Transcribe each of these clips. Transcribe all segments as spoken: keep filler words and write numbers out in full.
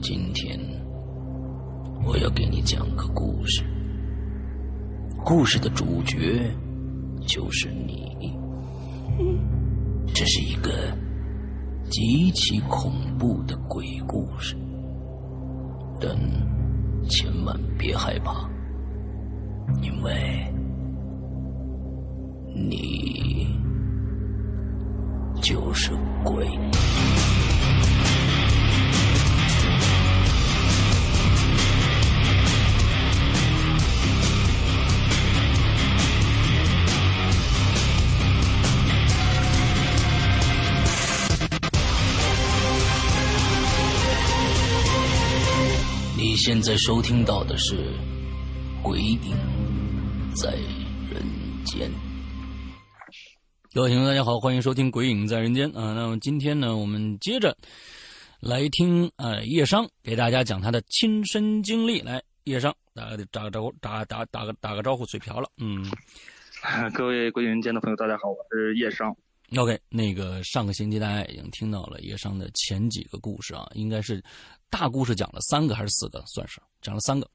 今天我要给你讲个故事，故事的主角就是你。这是一个极其恐怖的鬼故事，但千万别害怕，因为你就是鬼。你现在收听到的是《鬼影在人间》。各位听众大家好，欢迎收听《鬼影在人间》啊。那么今天呢，我们接着来听呃叶商给大家讲他的亲身经历。来，叶商打个打个招呼，打打打个打个招呼，嘴瓢了。嗯， 各位鬼影人间的朋友，大家好，我是叶商。 OK， 那个上个星期大家已经听到了叶商的前几个故事啊，应该是大故事讲了三个还是四个？算是讲了三个，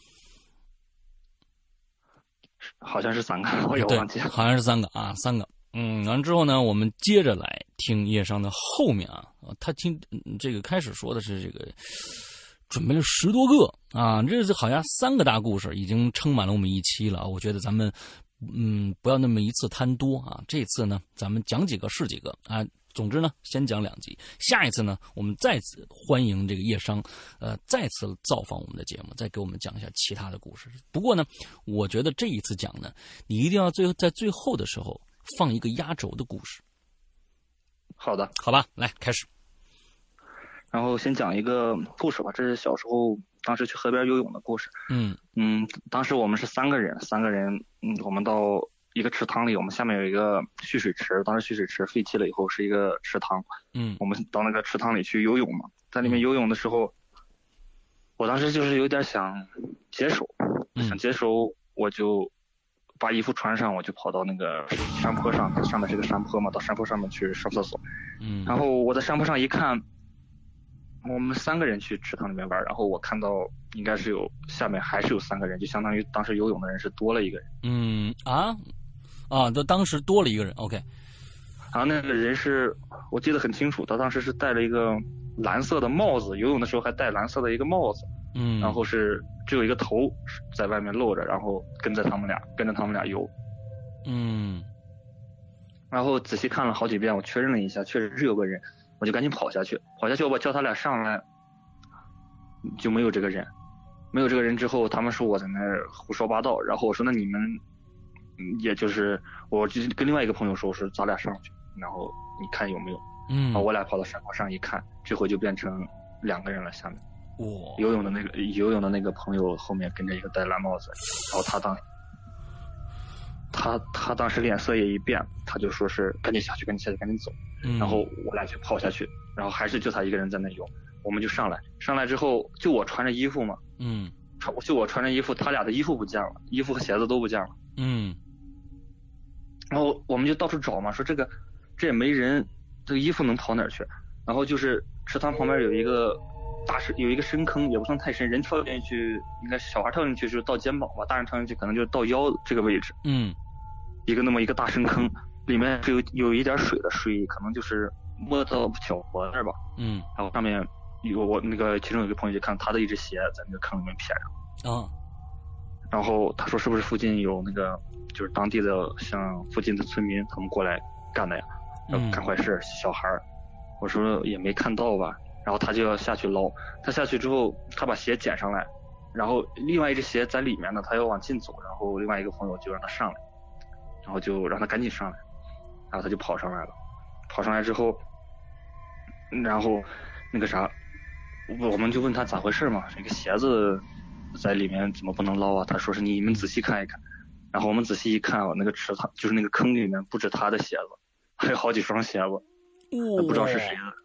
好像是三个，我也忘记了， 好像是三个啊，三个。嗯，完了之后呢，我们接着来听叶商的后面啊，他听这个开始说的是这个准备了十多个啊，这是好像三个大故事已经撑满了我们一期了。我觉得咱们嗯不要那么一次贪多啊，这次呢咱们讲几个是几个啊。总之呢，先讲两集。下一次呢，我们再次欢迎这个叶商，呃，再次造访我们的节目，再给我们讲一下其他的故事。不过呢，我觉得这一次讲呢，你一定要最后在最后的时候放一个压轴的故事。 好的， 好吧，来开始。 然后先讲一个故事吧，这是小时候当时去河边游泳的故事。 嗯嗯，当时我们是三个人，三个人，嗯，我们到一个池塘里，我们下面有一个蓄水池，当时蓄水池废弃了以后是一个池塘， 嗯， 我们到那个池塘里去游泳嘛，在里面游泳的时候，我当时就是有点想解手， 嗯、 想解手，我就把衣服穿上，我就跑到那个山坡上，上面是个山坡嘛，到山坡上面去上厕所， 嗯， 然后我在山坡上一看，我们三个人去池塘里面玩，然后我看到应该是有下面还是有三个人，就相当于当时游泳的人是多了一个人。 嗯啊。啊，他当时多了一个人 ，OK。 然后那个人是我记得很清楚，他当时是戴了一个蓝色的帽子，游泳的时候还戴蓝色的一个帽子， 嗯， 然后是只有一个头在外面露着，然后跟着他们俩，跟着他们俩游， 嗯， 然后仔细看了好几遍，我确认了一下，确实是有个人，我就赶紧跑下去，跑下去我叫他俩上来，就没有这个人，没有这个人之后，他们说我在那儿胡说八道，然后我说那你们。嗯，也就是我就跟另外一个朋友说是咱俩上去，然后你看有没有， 嗯， 然后我俩跑到山坡上一看，这回就变成两个人了，下面， 哇、 哦，游泳的那个游泳的那个朋友后面跟着一个戴蓝帽子，然后他当他他当时脸色也一变，他就说是赶紧下去，赶紧下去，赶紧走， 嗯， 然后我俩就跑下去，然后还是就他一个人在那游，我们就上来，上来之后就我穿着衣服嘛， 嗯， 就我穿着衣服，他俩的衣服不见了，衣服和鞋子都不见了， 嗯。 然后我们就到处找嘛，说这个这也没人，这个衣服能跑哪儿去？然后就是池塘旁边有一个大深，有一个深坑，也不算太深，人跳进去，应该小孩跳进去就是到肩膀吧，大人跳进去可能就到腰这个位置。 嗯， 一个那么一个大深坑，里面是有有一点水的，水可能就是摸到脚脖那儿吧。 嗯， 然后上面有我那个其中有一个朋友就看他的一只鞋在那个坑里面撇着。 啊。 然后他说是不是附近有那个就是当地的像附近的村民他们过来干的呀，要干坏事，小孩儿。我说也没看到吧，然后他就要下去捞，他下去之后他把鞋捡上来，然后另外一只鞋在里面呢，他要往进走，然后另外一个朋友就让他上来，然后就让他赶紧上来，然后他就跑上来了，跑上来之后，然后那个啥，我们就问他咋回事嘛，这个鞋子在里面怎么不能捞啊？他说是你们仔细看一看，然后我们仔细一看啊，那个池塘就是那个坑里面不止他的鞋子，还有好几双鞋子，哦、不知道是谁的。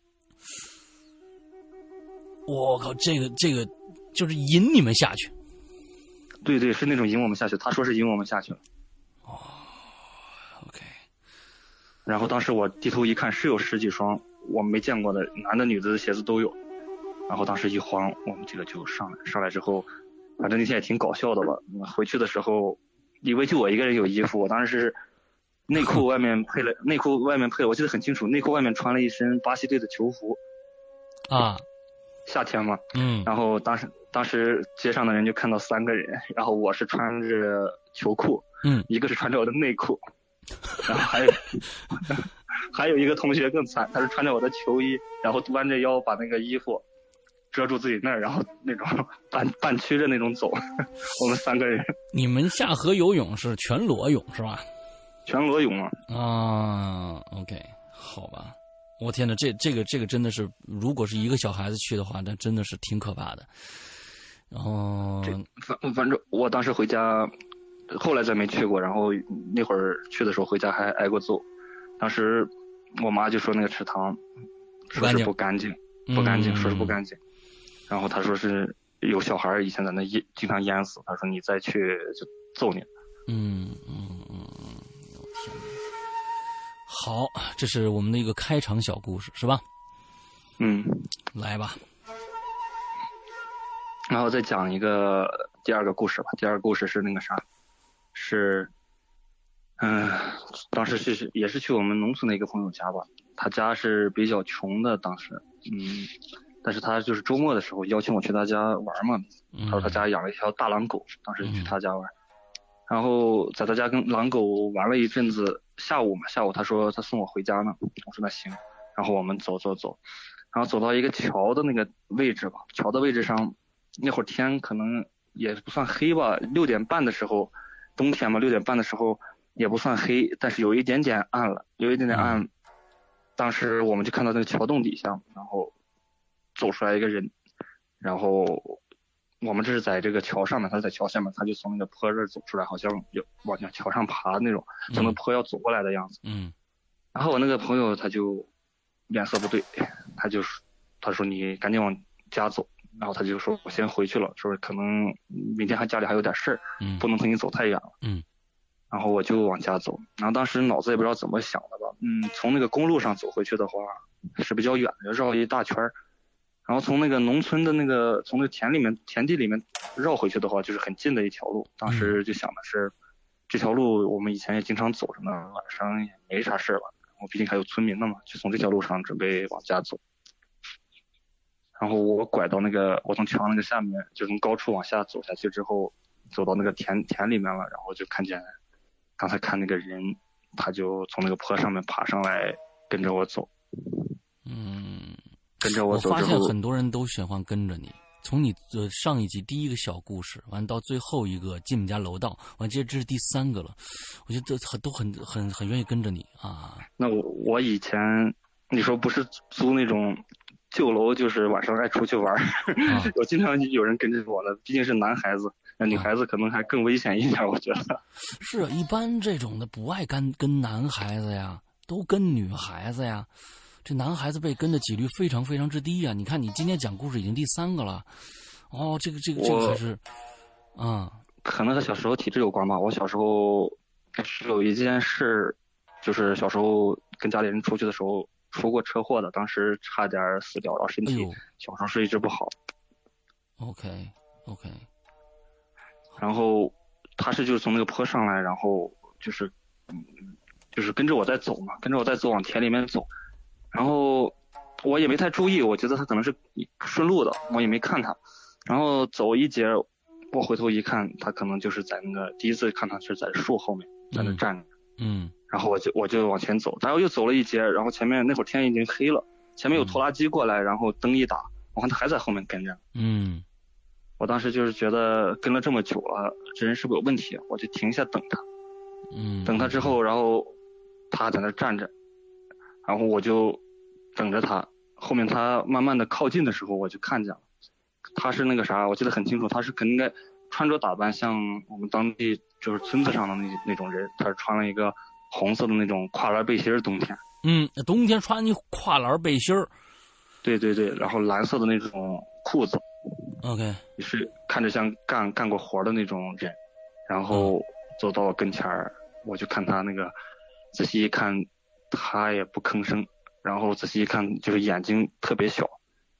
我靠，这个这个就是引你们下去。 对对，是那种引我们下去，他说是引我们下去了。 哦 ，OK。 然后当时我低头一看，是有十几双我没见过的男的女的的鞋子都有。 然后当时一慌，我们几个就上来，上来之后，反正那天也挺搞笑的吧。回去的时候，以为就我一个人有衣服，我当时是内裤外面配了内裤外面配了，我记得很清楚，内裤外面穿了一身巴西队的球服。 啊， 夏天嘛， 嗯， 然后当时当时街上的人就看到三个人，然后我是穿着球裤， 嗯， 一个是穿着我的内裤，然后还有还有一个同学更惨，他是穿着我的球衣，然后弯着腰把那个衣服遮住自己那儿，然后那种半半曲着那种走。我们三个人。 你们下河游泳是全裸泳是吧？ 全裸泳啊。 啊 ，OK， 好吧。我天哪，这这个这个真的是，如果是一个小孩子去的话，那真的是挺可怕的。然后， 反反正我当时回家，后来再没去过。然后那会儿去的时候回家还挨过揍。当时我妈就说那个池塘说是不干净，不干净，说是不干净。然后她说是有小孩以前在那淹，经常淹死。她说你再去就揍你。 嗯嗯嗯嗯，我天哪！好，这是我们的一个开场小故事，是吧？ 嗯， 来吧。 然后再讲一个第二个故事吧。第二个故事是那个啥，是，嗯、呃，当时是也是去我们农村的一个朋友家吧。他家是比较穷的，当时，嗯，但是他就是周末的时候邀请我去他家玩嘛。他说他家养了一条大狼狗，当时去他家玩。嗯，然后在他家跟狼狗玩了一阵子，下午嘛，下午他说他送我回家呢，我说那行，然后我们走走走，然后走到一个桥的那个位置吧，桥的位置上，那会儿天可能也不算黑吧，六点半的时候，冬天嘛，六点半的时候也不算黑，但是有一点点暗了，有一点点暗，当时我们就看到那个桥洞底下，然后走出来一个人，然后我们这是在这个桥上面，他是在桥下面，他就从那个坡这儿走出来，好像有往那桥上爬那种，从那坡要走过来的样子。 嗯。 然后我那个朋友他就脸色不对，他就他说你赶紧往家走，然后他就说我先回去了，说可能明天还家里还有点事儿， 嗯， 不能和你走太远了。 嗯。 然后我就往家走，然后当时脑子也不知道怎么想的吧，嗯，从那个公路上走回去的话是比较远的，绕一大圈儿。然后从那个农村的那个从那个田里面田地里面绕回去的话就是很近的一条路，当时就想的是、嗯、这条路我们以前也经常走着呢，晚上也没啥事吧，我毕竟还有村民呢嘛，就从这条路上准备往家走。然后我拐到那个我从桥那个下面，就从高处往下走下去之后，走到那个田田里面了，然后就看见刚才看那个人，他就从那个坡上面爬上来跟着我走。 嗯， 跟着我走之后， 我发现很多人都喜欢跟着你。从你的上一集第一个小故事，完到最后一个进我们家楼道，完接着这是第三个了，我觉得很都很很很愿意跟着你啊。 那我我以前你说不是租那种旧楼，就是晚上爱出去玩、啊、我经常有人跟着我了，毕竟是男孩子，那女孩子可能还更危险一点、啊、我觉得。 是啊，一般这种的不爱跟跟男孩子呀，都跟女孩子呀。这男孩子被跟的几率非常非常之低啊！你看，你今天讲故事已经第三个了，哦，这个这个这个还是，啊、嗯， 可能和小时候体质有关吧。我小时候是有一件事，就是小时候跟家里人出去的时候出过车祸的，当时差点死掉，然后身体小时候是一直不好。 OK OK， 然后他是就是从那个坡上来，然后就是嗯就是跟着我在走嘛，跟着我在走往田里面走。然后我也没太注意，我觉得他可能是顺路的，我也没看他。然后走一截，我回头一看，他可能就是在那个第一次看他是在树后面在那站着。 嗯。 然后我就我就往前走，然后又走了一截，然后前面那会儿天已经黑了，前面有拖拉机过来，然后灯一打，我看他还在后面跟着。 嗯。 我当时就是觉得跟了这么久了，这人是不是有问题？我就停下等他。 嗯。 等他之后，然后他在那站着。然后我就等着他，后面他慢慢的靠近的时候，我就看见了，他是那个啥，我记得很清楚，他是肯定应该穿着打扮像我们当地就是村子上的那那种人，他是穿了一个红色的那种跨栏背心，冬天。 嗯，冬天穿一跨栏背心。 对对对，然后蓝色的那种裤子。 OK。 也是看着像干干过活的那种人，然后走到我跟前儿，我就看他那个，仔细一看。他也不吭声，然后仔细一看，就是眼睛特别小，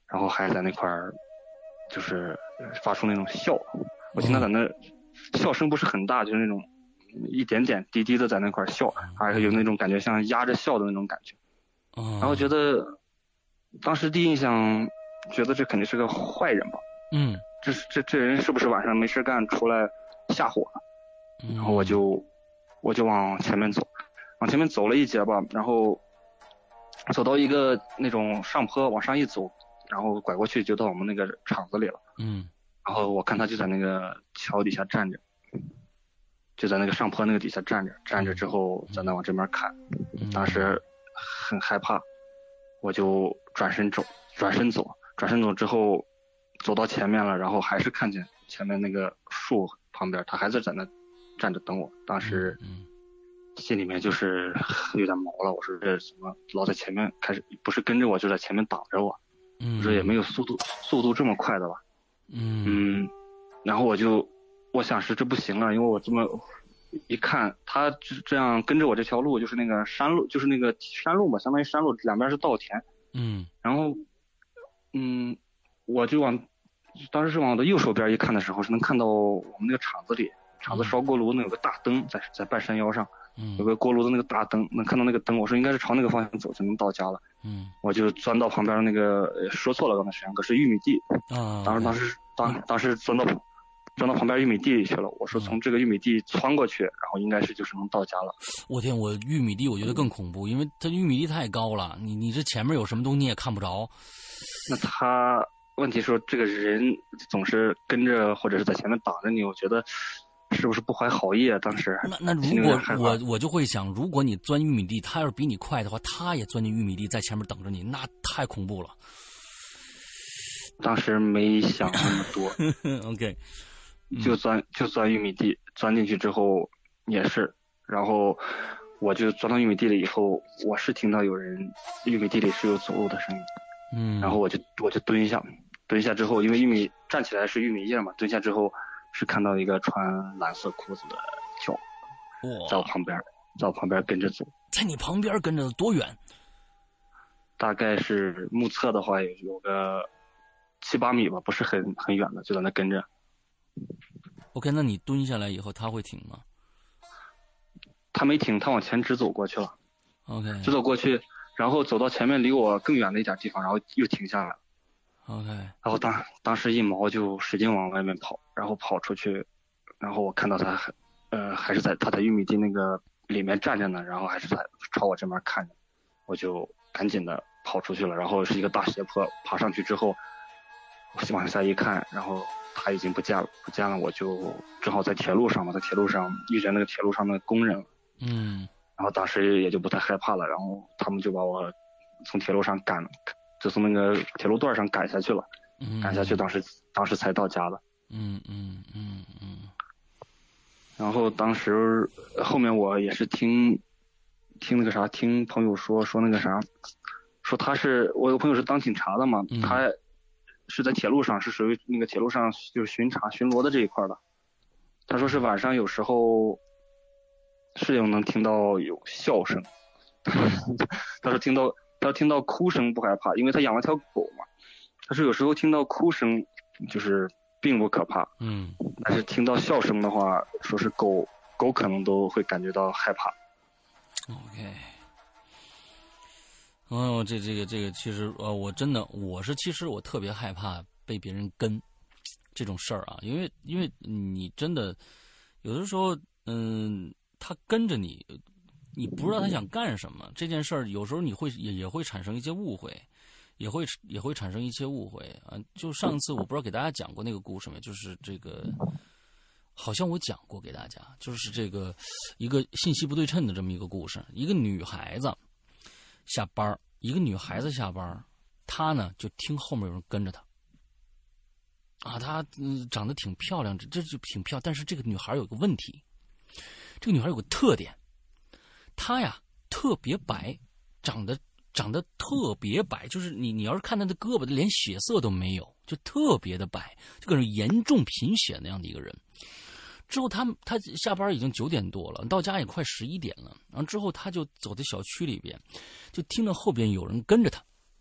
然后还在那块儿就是发出那种笑，我听他在那笑声不是很大，就是那种一点点低低的在那块儿笑，还是有那种感觉像压着笑的那种感觉。然后觉得当时第一印象觉得这肯定是个坏人吧， 嗯， 这这这人是不是晚上没事干出来吓唬我？然后我就我就往前面走，往前面走了一截吧，然后走到一个那种上坡，往上一走，然后拐过去就到我们那个厂子里了。 嗯， 然后我看他就在那个桥底下站着，就在那个上坡那个底下站着，站着之后在那往这边看，当时很害怕，我就转身走，转身走，转身走之后走到前面了，然后还是看见前面那个树旁边，他还是在那站着等我。当时心里面就是有点毛了，我说这什么老在前面开始不是跟着我，就在前面挡着我，我说也没有速度速度这么快的吧。 嗯嗯，然后我就我想是这不行了，因为我这么一看，他这样跟着我这条路就是那个山路，就是那个山路嘛，相当于山路，两边是稻田。 嗯， 然后嗯，我就往当时是往我的右手边一看的时候，是能看到我们那个厂子里，厂子烧锅炉那有个大灯在在半山腰上，有个锅炉的那个大灯，能看到那个灯。我说应该是朝那个方向走就能到家了。 嗯，我就钻到旁边那个，说错了，刚才实际上可是玉米地啊。 当时当时当当时钻到钻到旁边玉米地里去了。我说从这个玉米地穿过去，然后应该是就是能到家了。 我天，我玉米地我觉得更恐怖，因为它玉米地太高了，你你这前面有什么东西你也看不着。 那他问题说这个人总是跟着或者是在前面挡着你，我觉得是不是不怀好意啊？当时那那如果我我就会想，如果你钻玉米地，他要是比你快的话，他也钻进玉米地在前面等着你，那太恐怖了。 当时没想那么多OK， 就钻就钻玉米地，钻进去之后也是，然后我就钻到玉米地里以后，我是听到有人玉米地里是有走路的声音， 嗯， 然后我就我就蹲下，蹲下之后，因为玉米站起来是玉米叶嘛，蹲下之后是看到一个穿蓝色裤子的脚，在我旁边，在我旁边跟着走， 在你旁边跟着多远？ 大概是目测的话，有有个七八米吧，不是很很远的，就在那跟着。 OK， 那你蹲下来以后，他会停吗？ 他没停，他往前直走过去了。 OK， 直走过去，然后走到前面离我更远的一点地方，然后又停下来了。 OK， 然后当当时一毛就使劲往外面跑，然后跑出去，然后我看到他还呃还是在他在玉米地那个里面站着呢，然后还是在朝我这边看着，我就赶紧的跑出去了，然后是一个大斜坡，爬上去之后，我往下一看，然后他已经不见了，不见了，我就正好在铁路上嘛，在铁路上遇见那个铁路上的工人了， 嗯， 然后当时也就不太害怕了，然后他们就把我从铁路上赶，就从那个铁路段上赶下去了， 嗯， 赶下去，当时当时才到家的， 嗯嗯嗯嗯， 然后当时后面我也是听听那个啥，听朋友说说那个啥，说他是我有朋友是当警察的嘛， 嗯、 他是在铁路上，是属于那个铁路上就是巡查巡逻的这一块的。他说是晚上有时候是有能听到有笑声，他说听到他说听到哭声不害怕，因为他养了条狗嘛。他说有时候听到哭声就是并不可怕， 嗯， 但是听到笑声的话，说是狗狗可能都会感觉到害怕。 OK。哦，这这个这个，其实呃，我真的我是其实我特别害怕被别人跟这种事儿啊，因为因为你真的有的时候，嗯，他跟着你，你不知道他想干什么，这件事儿有时候你会也也会产生一些误会，也会也会产生一些误会啊。就上次我不知道给大家讲过那个故事没，就是这个。好像我讲过给大家，就是这个一个信息不对称的这么一个故事。一个女孩子下班，一个女孩子下班，她呢就听后面有人跟着她。啊，她、嗯、长得挺漂亮，这就挺漂亮。但是这个女孩有个问题，这个女孩有个特点，她呀特别白，长得长得特别白，就是你你要是看她的胳膊，连血色都没有，就特别的白，就跟严重贫血那样的一个人。之后他他下班已经九点多了，到家也快十一点了。然后之后他就走在小区里边，就听到后边有人跟着他，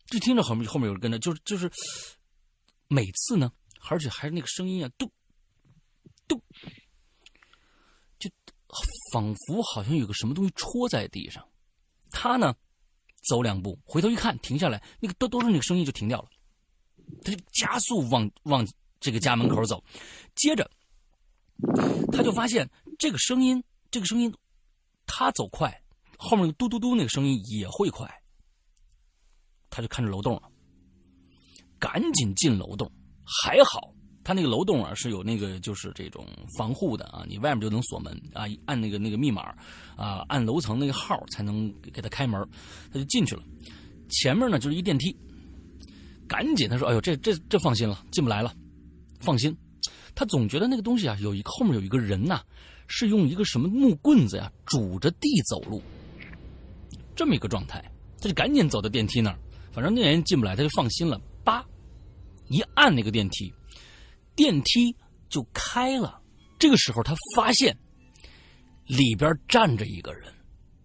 就听着后面后面有人跟着，就是就是每次呢，而且还是那个声音啊，嘟嘟，就仿佛好像有个什么东西戳在地上。他呢走两步，回头一看，停下来，那个都都是那个声音就停掉了。他就加速往往这个家门口走，接着他就发现这个声音，这个声音，他走快，后面嘟嘟嘟那个声音也会快。他就看着楼洞了，赶紧进楼洞。还好他那个楼洞啊是有那个就是这种防护的啊，你外面就能锁门啊，按那个那个密码啊，按楼层那个号才能给他开门，他就进去了。前面呢就是一电梯，赶紧他说：“哎呦，这这这放心了，进不来了，放心。”他总觉得那个东西啊，有一个后面有一个人呐、啊，是用一个什么木棍子呀拄着地走路，这么一个状态，他就赶紧走到电梯那儿。反正那人进不来，他就放心了。叭，一按那个电梯，电梯就开了。这个时候，他发现里边站着一个人。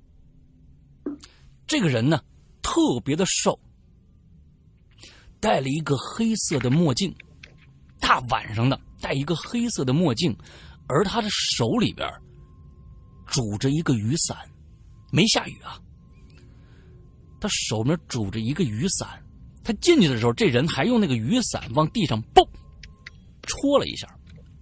这个人呢，特别的瘦，戴了一个黑色的墨镜，大晚上的戴一个黑色的墨镜，而他的手里边拄着一个雨伞，没下雨啊。他手里面拄着一个雨伞，他进去的时候，这人还用那个雨伞往地上嘣戳了一下。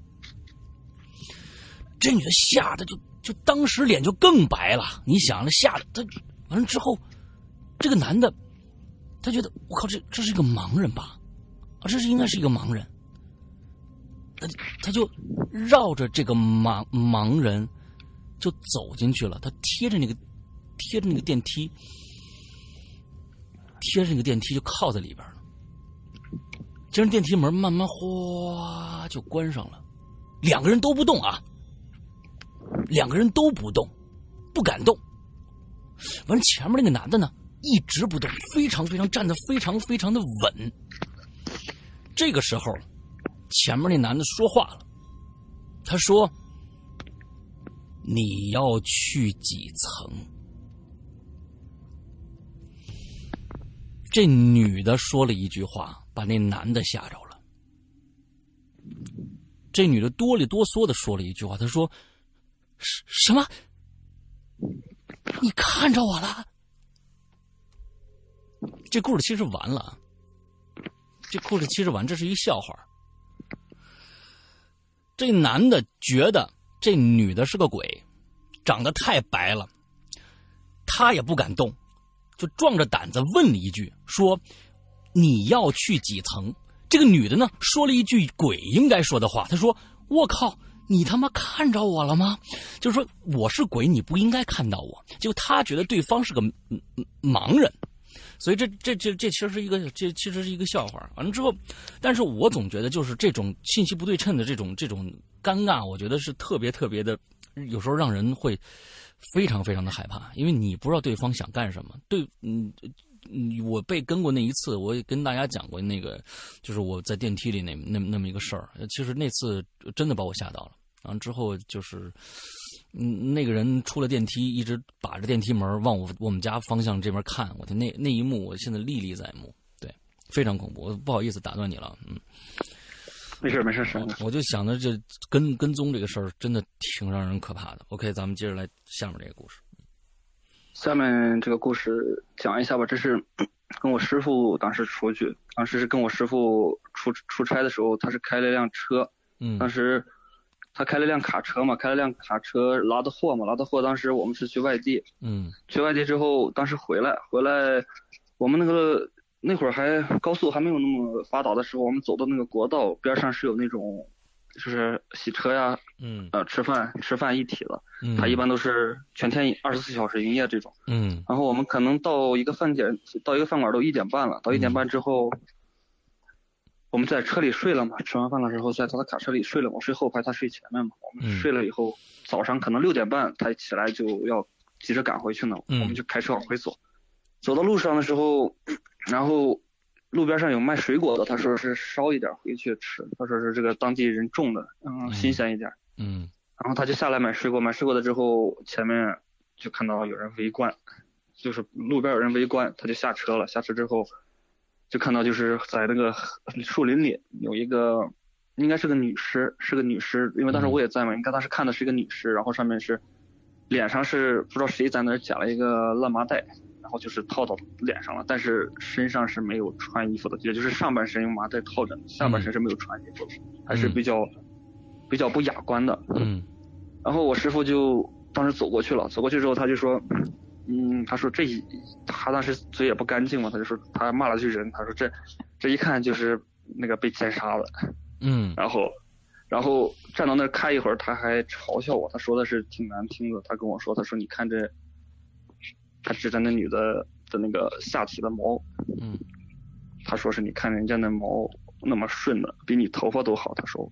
这女的吓得就就当时脸就更白了。你想，吓得他完了之后，这个男的他觉得我靠，这这是一个盲人吧？啊，这是应该是一个盲人。他他就绕着这个盲盲人就走进去了。他贴着那个贴着那个电梯。贴着那个电梯就靠在里边了，接着电梯门慢慢哗就关上了，两个人都不动啊，两个人都不动，不敢动。完了，前面那个男的呢一直不动，非常非常站得非常非常的稳。这个时候，前面那男的说话了，他说：“你要去几层？”这女的说了一句话，把那男的吓着了。这女的哆里哆嗦的说了一句话，她说：“什么？你看着我了？”这故事其实完了，这故事其实完，这是一笑话。这男的觉得这女的是个鬼，长得太白了，他也不敢动。就壮着胆子问了一句，说：“你要去几层？”这个女的呢，说了一句鬼应该说的话，她说：“我靠，你他妈看着我了吗？”就是说我是鬼，你不应该看到我。结果她觉得对方是个盲人，所以这这这这其实是一个这其实是一个笑话。完了之后，但是我总觉得就是这种信息不对称的这种这种尴尬，我觉得是特别特别的，有时候让人会。非常非常的害怕，因为你不知道对方想干什么。对，嗯，我被跟过那一次，我也跟大家讲过那个，就是我在电梯里那那那么一个事儿。其实那次真的把我吓到了。然后之后就是，嗯，那个人出了电梯，一直把着电梯门往我我们家方向这边看，我的那那一幕，我现在历历在目。对，非常恐怖。我不好意思打断你了，嗯。 没事没事事， 我就想着这跟跟踪这个事儿真的挺让人可怕的。OK， 咱们接着来下面这个故事。 下面这个故事讲一下吧，这是跟我师傅当时出去，当时是跟我师傅出出差的时候，他是开了一辆车， 嗯， 当时他开了辆卡车嘛，开了辆卡车拉的货嘛，拉的货，当时我们是去外地， 嗯， 去外地之后，当时回来回来，我们那个。那会儿还高速还没有那么发达的时候，我们走到那个国道边上是有那种，就是洗车呀， 嗯， 呃，吃饭吃饭一体的， 嗯， 它一般都是全天二十四小时营业这种， 嗯， 然后我们可能到一个饭点，到一个饭馆都一点半了，到一点半之后，嗯、我们在车里睡了嘛，吃完饭了之后在他的卡车里睡了，我睡后排，他睡前面嘛，我们睡了以后，嗯、早上可能六点半他起来就要急着赶回去呢， 嗯、 我们就开车往回走，走到路上的时候。然后路边上有卖水果的，他说是烧一点回去吃，他说是这个当地人种的，嗯，新鲜一点， 嗯， 然后他就下来买水果，买水果的之后，前面就看到有人围观，就是路边有人围观，他就下车了，下车之后就看到就是在那个树林里有一个，应该是个女尸，是个女尸，因为当时我也在嘛，应该当时看的是一个女尸，然后上面是脸上是不知道谁在那儿剪了一个烂麻袋，然后就是套到脸上了，但是身上是没有穿衣服的，也就是上半身用麻袋套着，下半身是没有穿衣服的，还是比较、嗯、比较不雅观的。 嗯， 然后我师傅就当时走过去了，走过去之后他就说，嗯，他说这一他当时嘴也不干净嘛，他就说他骂了句人，他说这这一看就是那个被奸杀了。 嗯， 然后然后站到那儿看一会儿，他还嘲笑我，他说的是挺难听的，他跟我说，他说你看这，他指着那女的的那个下体的毛， 嗯， 他说是你看人家那毛那么顺的，比你头发都好，他说。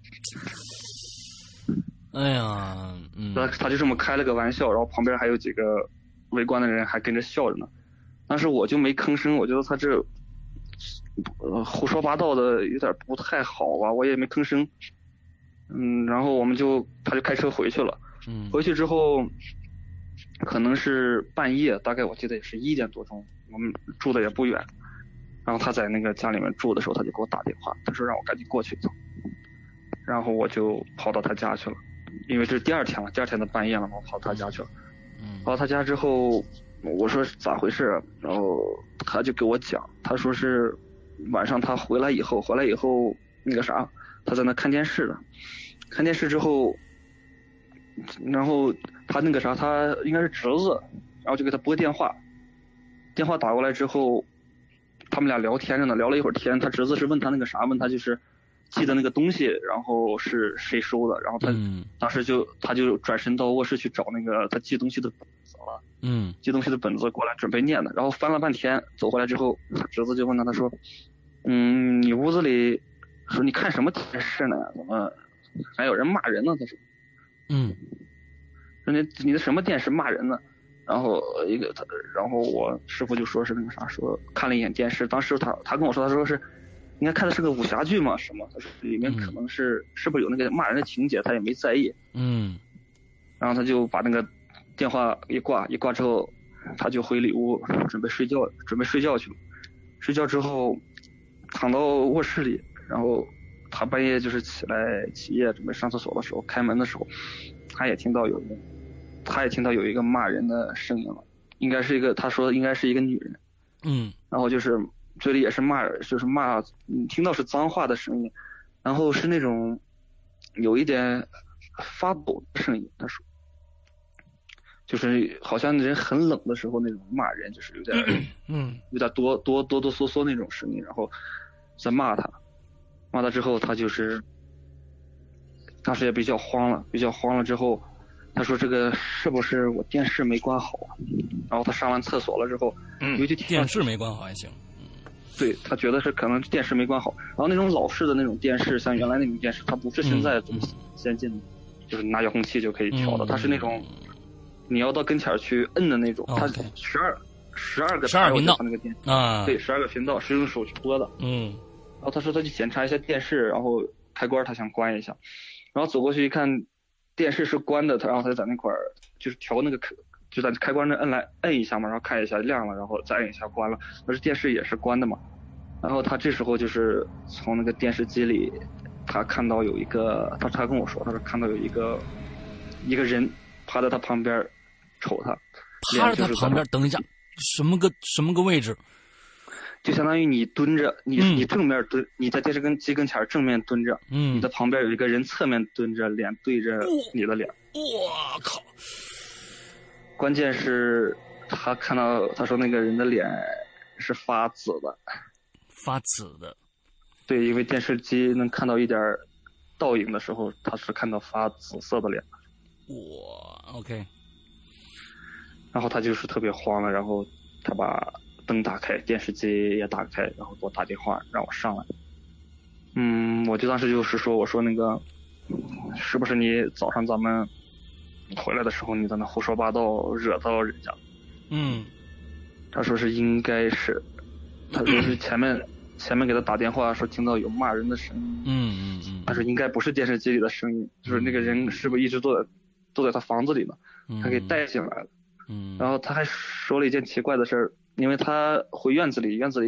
哎呀，嗯， 他他就这么开了个玩笑，然后旁边还有几个围观的人还跟着笑着呢。当时我就没吭声，我觉得他这呃胡说八道的有点不太好吧，我也没吭声。嗯，然后我们就他就开车回去了。 嗯， 回去之后可能是半夜，大概我记得也是一点多钟，我们住的也不远。然后他在那个家里面住的时候，他就给我打电话，他说让我赶紧过去一趟。然后我就跑到他家去了。因为这是第二天了，第二天的半夜了嘛，我跑他家去了。 嗯， 跑到他家之后，我说咋回事？然后他就给我讲，他说是晚上他回来以后，回来以后那个啥，他在那看电视了。看电视之后，然后他那个啥，他应该是侄子，然后就给他拨电话。电话打过来之后，他们俩聊天着呢，聊了一会儿天，他侄子是问他那个啥，问他就是寄的那个东西，然后是谁收的，然后他、嗯、当时就他就转身到卧室去找那个他寄东西的本子了， 嗯， 寄东西的本子过来准备念的，然后翻了半天，走回来之后，他侄子就问他，他说，嗯，你屋子里说你看什么电视呢？怎么还有人骂人呢？他说， 嗯， 说你你的什么电视骂人呢？然后一个他，然后我师傅就说是那个啥，说看了一眼电视，当时他他跟我说，他说是。应该看的是个武侠剧嘛，什么？他说里面可能是、嗯、是不是有那个骂人的情节，他也没在意。 嗯， 然后他就把那个电话一挂，一挂之后，他就回里屋准备睡觉，准备睡觉去了。睡觉之后，躺到卧室里，然后他半夜就是起来起夜准备上厕所的时候，开门的时候，他也听到有人，他也听到有一个骂人的声音了，应该是一个，他说应该是一个女人。 嗯， 然后就是。嘴里也是骂，就是骂，嗯，听到是脏话的声音，然后是那种有一点发抖的声音。他说，就是好像人很冷的时候那种骂人，就是有点， 嗯， 有点哆哆哆哆嗦嗦那种声音，然后在骂他，骂他之后，他就是当时也比较慌了，比较慌了之后，他说这个是不是我电视没关好啊？然后他上完厕所了之后， 嗯， 尤其电视没关好还行。 对，他觉得是可能电视没关好，然后那种老式的那种电视，像原来那种电视，它不是现在这么先进的，嗯、就是拿遥控器就可以调的，嗯、它是那种你要到跟前去摁的那种，嗯、它十二十二个十二频道那个电啊， 对，十二个频道是用手去拨的， 嗯， 然后他说他去检查一下电视，然后开关他想关一下，然后走过去一看电视是关的，他然后他就在那块儿就是调那个可。就在开关那摁来摁一下嘛，然后看一下亮了，然后再摁一下关了。但是电视也是关的嘛。然后他这时候就是从那个电视机里，他看到有一个，他他跟我说，他说看到有一个一个人趴在他旁边瞅他， 趴在他旁边。等一下，什么个什么个位置？ 就相当于你蹲着，你、嗯、你正面蹲，你在电视跟机跟前正面蹲着， 嗯， 你的旁边有一个人侧面蹲着，脸对着你的脸。 我靠！ 关键是他看到他说那个人的脸是发紫的， 发紫的， 对，因为电视机能看到一点倒影的时候，他是看到发紫色的脸。 哇 ，OK。 然后他就是特别慌了，然后他把灯打开，电视机也打开，然后给我打电话让我上来。嗯，我就当时就是说，我说那个是不是你早上咱们回来的时候你在那胡说八道惹到人家？ 嗯， 他说是应该是，他说是前面前面给他打电话说听到有骂人的声音， 嗯嗯嗯， 他说应该不是电视机里的声音，就是那个人是不是一直都在都在他房子里呢？他给带进来了。 嗯， 然后他还说了一件奇怪的事儿，因为他回院子里，院子里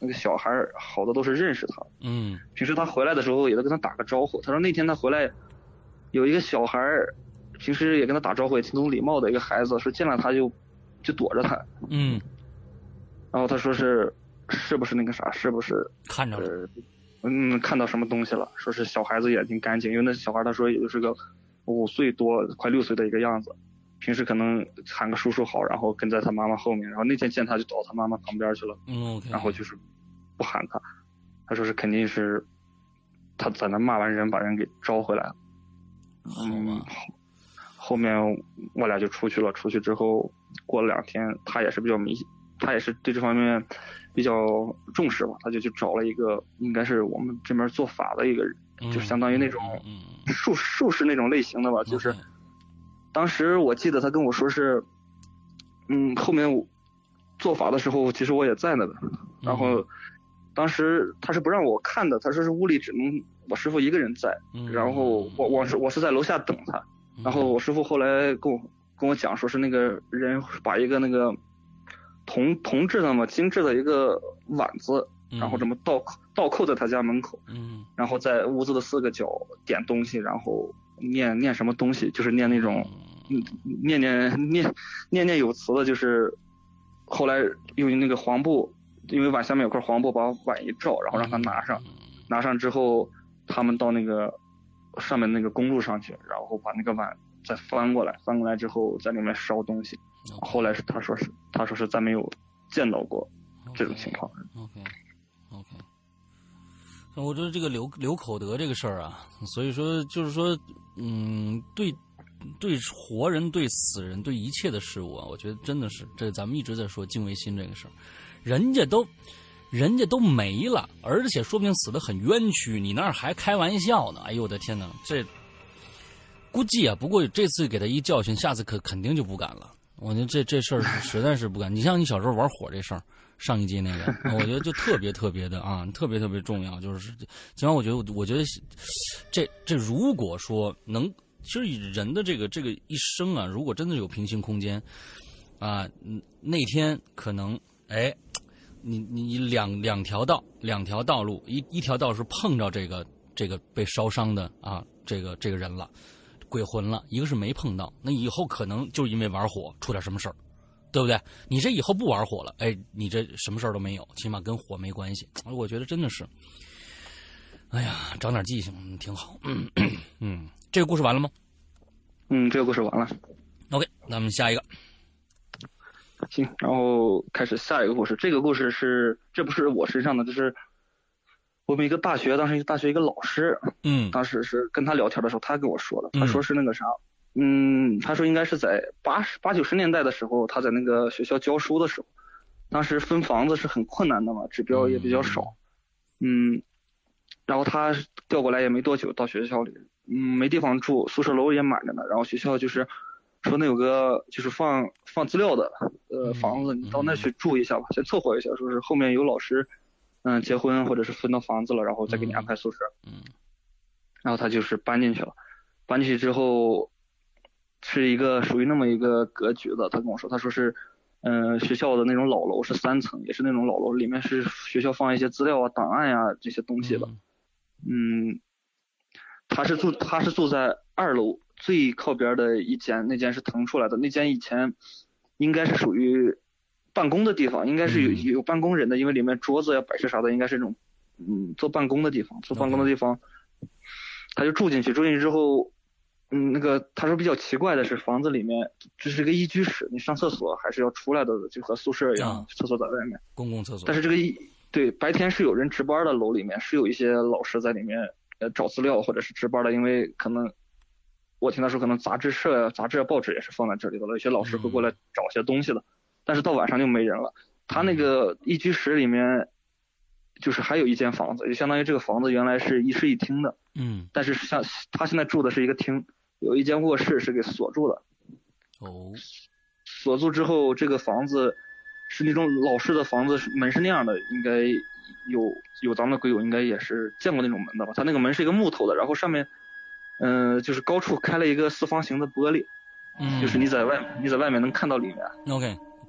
那个小孩好多都是认识他， 嗯， 平时他回来的时候也都跟他打个招呼。他说那天他回来，有一个小孩平时也跟他打招呼，也挺懂礼貌的一个孩子，说见了他就就躲着他， 嗯， 然后他说是是不是那个啥，是不是看着了， 呃嗯，看到什么东西了？说是小孩子眼睛干净，因为那小孩他说也就是个五岁多快六岁的一个样子，平时可能喊个叔叔好，然后跟在他妈妈后面，然后那天见他就倒他妈妈旁边去了， 嗯 ，OK， 然后就是不喊他，他说是肯定是他在那骂完人把人给招回来了。嗯，后后面我俩就出去了，出去之后过了两天，他也是比较迷信，他也是对这方面比较重视吧，他就去找了一个应该是我们这边做法的一个人， 嗯、 就相当于那种术术士那种类型的吧，就是。 Okay. 当时我记得他跟我说是，嗯，后面我做法的时候，其实我也在那的。然后，当时他是不让我看的，他说是屋里只能我师傅一个人在。然后我我是我是在楼下等他。然后我师傅后来跟我跟我讲说是那个人把一个那个铜铜制的嘛精致的一个碗子，然后这么倒倒扣在他家门口。嗯。然后在屋子的四个角点东西，然后。念念什么东西，就是念那种，念念念念念有词的，就是后来用那个黄布，因为碗下面有块黄布，把碗一罩，然后让他拿上，拿上之后，他们到那个上面那个公路上去，然后把那个碗再翻过来，翻过来之后在里面烧东西。后来是他说是他说是再没有见到过这种情况。 OK OK。我觉得这个留留口德这个事儿啊，所以说就是说，嗯，对，对活人、对死人、对一切的事物啊，我觉得真的是这咱们一直在说敬畏心这个事儿，人家都，人家都没了，而且说不定死得很冤屈，你那儿还开玩笑呢！哎呦我的天哪，这估计啊，不过这次给他一教训，下次可肯定就不敢了。我觉得这这事儿实在是不敢。你像你小时候玩火这事儿。上一集那个，我觉得就特别特别的啊，特别特别重要。就是，尽管我觉得，我觉得这这如果说能，其实人的这个这个一生啊，如果真的有平行空间啊，那天可能哎，你你两两条道，两条道路，一一条道是碰着这个这个被烧伤的啊，这个这个人了，鬼魂了；一个是没碰到，那以后可能就因为玩火出点什么事儿。对不对？你这以后不玩火了，哎，你这什么事儿都没有，起码跟火没关系。我觉得真的是，哎呀，长点记性挺好。嗯嗯，这个故事完了吗？ 嗯，这个故事完了。 OK， 那我们下一个。 行，然后开始下一个故事。这个故事是，这不是我身上的，这是我们一个大学，当时一个大学一个老师， 嗯， 当时是跟他聊天的时候，他跟我说的，他说是那个啥。嗯嗯，他说应该是在八十八九十年代的时候，他在那个学校教书的时候，当时分房子是很困难的嘛，指标也比较少，嗯，然后他调过来也没多久到学校里，嗯，没地方住，宿舍楼也满着呢，然后学校就是说那有个就是放放资料的呃房子，你到那去住一下吧，先凑合一下，说是后面有老师嗯结婚或者是分到房子了，然后再给你安排宿舍，嗯，然后他就是搬进去了，搬进去之后。是一个属于那么一个格局的，他跟我说，他说是，嗯、呃，学校的那种老楼是三层，也是那种老楼，里面是学校放一些资料啊、档案呀、啊、这些东西的。嗯，他是住他是住在二楼最靠边的一间，那间是腾出来的，那间以前应该是属于办公的地方，应该是有有办公人的，因为里面桌子呀、摆设啥的，应该是那种嗯做办公的地方，做办公的地方，他就住进去，住进去之后。嗯，那个他说比较奇怪的是，房子里面这是个一居室，你上厕所还是要出来的，就和宿舍一样，啊、厕所在外面， 公共厕所。 但是这个一对白天是有人值班的，楼里面是有一些老师在里面呃找资料或者是值班的，因为可能我听他说可能杂志社、杂志、报纸也是放在这里的了，有些老师会过来找些东西的，嗯、但是到晚上就没人了。他那个一居室里面就是还有一间房子，就相当于这个房子原来是一室一厅的， 嗯， 但是像他现在住的是一个厅。有一间卧室是给锁住的， 哦， 锁住之后，这个房子是那种老式的房子，门是那样的，应该有有咱们的鬼友应该也是见过那种门的吧？它那个门是一个木头的，然后上面，嗯、呃，就是高处开了一个四方形的玻璃， 嗯， 就是你在外你在外面能看到里面。 OK，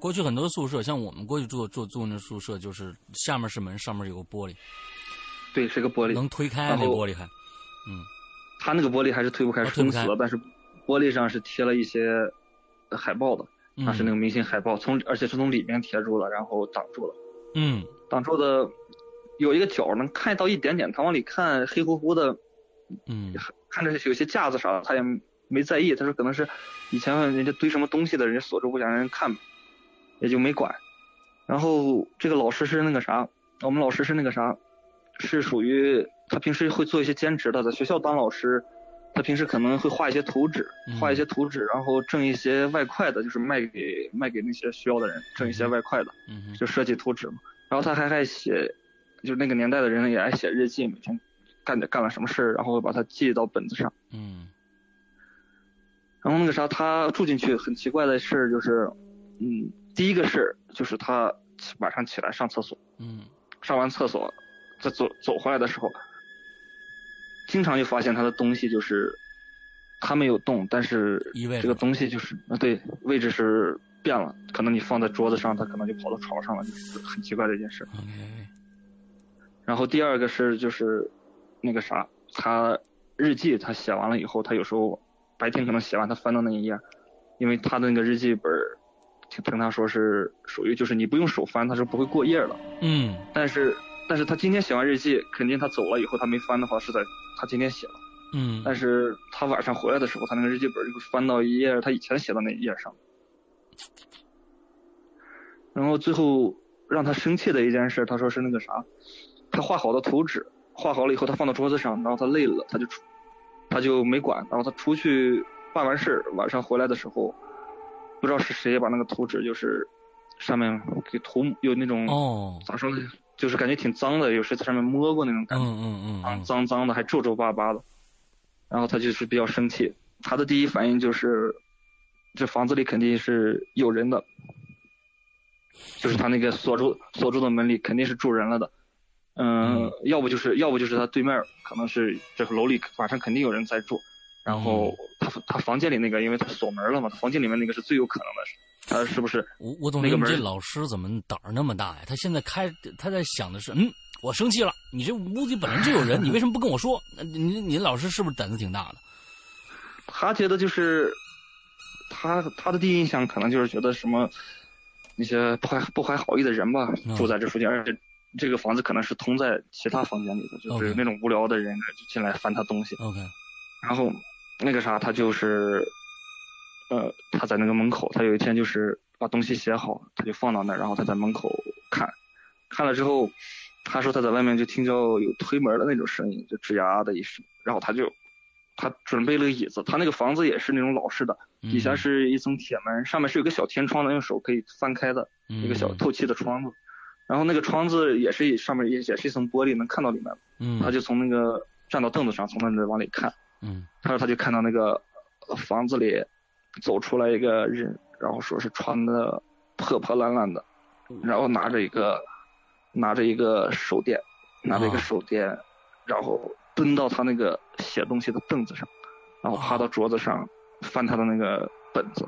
过去很多宿舍，像我们过去住住住那宿舍，就是下面是门，上面有个玻璃， 对，是个玻璃， 能推开那玻璃还，嗯， 它那个玻璃还是推不开，封死了，但是玻璃上是贴了一些海报的，它是那个明星海报，从而且是从里面贴住了，然后挡住了， 嗯， 挡住的有一个角能看到一点点，他往里看黑乎乎的， 嗯， 看着有些架子啥的，他也没在意，他说可能是以前人家堆什么东西的人锁住不想让人看，也就没管。然后这个老师是那个啥，我们老师是那个啥，是属于他平时会做一些兼职的，在学校当老师，他平时可能会画一些图纸，画一些图纸，然后挣一些外快的，就是卖给卖给那些需要的人，挣一些外快的，就设计图纸嘛。然后他还爱写，就是那个年代的人也爱写日记，每天干点干了什么事儿，然后把它记到本子上。 嗯。 然后那个啥，他住进去很奇怪的事就是，嗯，第一个事就是他晚上起来上厕所， 嗯， 上完厕所再走走回来的时候，经常就发现他的东西就是他没有动，但是这个东西就是啊，对，位置是变了，可能你放在桌子上，他可能就跑到床上了，就是很奇怪的一件事。 Okay. 然后第二个是就是那个啥，他日记他写完了以后，他有时候白天可能写完，他翻到那一页，因为他的那个日记本听他说是属于就是你不用手翻，他是不会过页的。 嗯， 但是但是他今天写完日记，肯定他走了以后他没翻的话是在他今天写了。 嗯， 但是他晚上回来的时候，他那个日记本就会翻到一页他以前写的那一页上。然后最后让他生气的一件事，他说是那个啥，他画好的图纸，画好了以后他放到桌子上，然后他累了，他就出，他就没管，然后他出去办完事，晚上回来的时候，不知道是谁把那个图纸就是上面给涂有那种哦， 咋说呢，就是感觉挺脏的，有时在上面摸过那种感觉， 嗯嗯嗯， 啊，脏脏的还皱皱巴巴的，然后他就是比较生气，他的第一反应就是这房子里肯定是有人的，就是他那个锁住锁住的门里肯定是住人了的。嗯，要不就是要不就是他对面可能是这个楼里晚上肯定有人在住，然后他他房间里那个，因为他锁门了嘛，房间里面那个是最有可能的，他是不是？ 我我总觉得你这老师怎么胆儿那么大呀？他现在开他在想的是，嗯，我生气了，你这屋里本来就有人，你为什么不跟我说？你你老师是不是胆子挺大的？ 他觉得就是他他的第一印象可能就是觉得什么那些不怀不怀好意的人吧， 嗯、 住在这附近，而且。这个房子可能是通在其他房间里的，就是那种无聊的人就进来翻他东西。 OK。 然后那个啥，他就是，呃，他在那个门口，他有一天就是把东西写好，他就放到那儿，然后他在门口看，看了之后，他说他在外面就听到有推门的那种声音，就吱呀的一声，然后他就他准备了个椅子，他那个房子也是那种老式的，底下是一层铁门，上面是有个小天窗的，用手可以翻开的一个小透气的窗子。然后那个窗子也是上面也也是一层玻璃，能看到里面。 嗯， 他就从那个站到凳子上，从那里往里看。 嗯， 他说他就看到那个房子里走出来一个人，然后说是穿的破破烂烂的，然后拿着一个拿着一个手电，拿着一个手电，哦、然后蹲到他那个写东西的凳子上，然后趴到桌子上翻他的那个本子，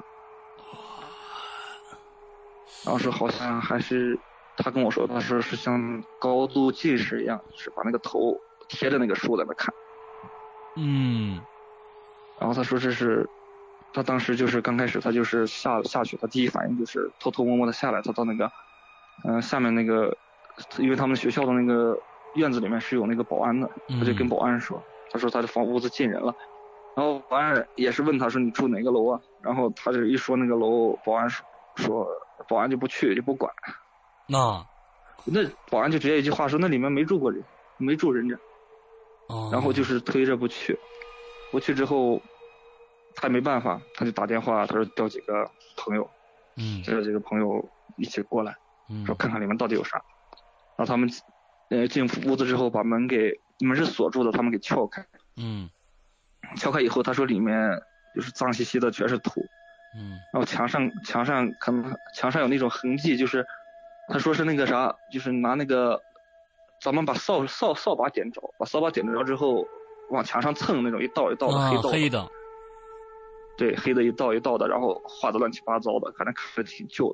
然后说好像还是。他跟我说，他说是像高度近视一样，是把那个头贴着那个书在那看。 嗯， 然后他说这是，他当时就是刚开始他就是下下去，他第一反应就是偷偷摸摸的下来，他到那个，嗯、呃，下面那个，因为他们学校的那个院子里面是有那个保安的，他就跟保安说，他说他的房屋子进人了，然后保安也是问他说你住哪个楼啊？然后他就一说那个楼，保安说说保安就不去就不管。 那， 那保安就直接一句话说那里面没住过人，没住人家， 哦， 然后就是推着不去，不去之后，他没办法，他就打电话，他说叫几个朋友， 嗯， 叫几个朋友一起过来， 嗯， 说看看里面到底有啥，然后他们呃进屋子之后把门给门是锁住的，他们给撬开， 嗯， 撬开以后他说里面就是脏兮兮的全是土， 嗯， 然后墙上墙上可能墙上有那种痕迹，就是。他说是那个啥，就是拿那个，咱们把扫扫扫把点着，把扫把点着之后，往墙上蹭那种一道一道的黑道、 啊，黑的， 对，黑的一道一道的，然后画的乱七八糟的，反正看着挺旧的。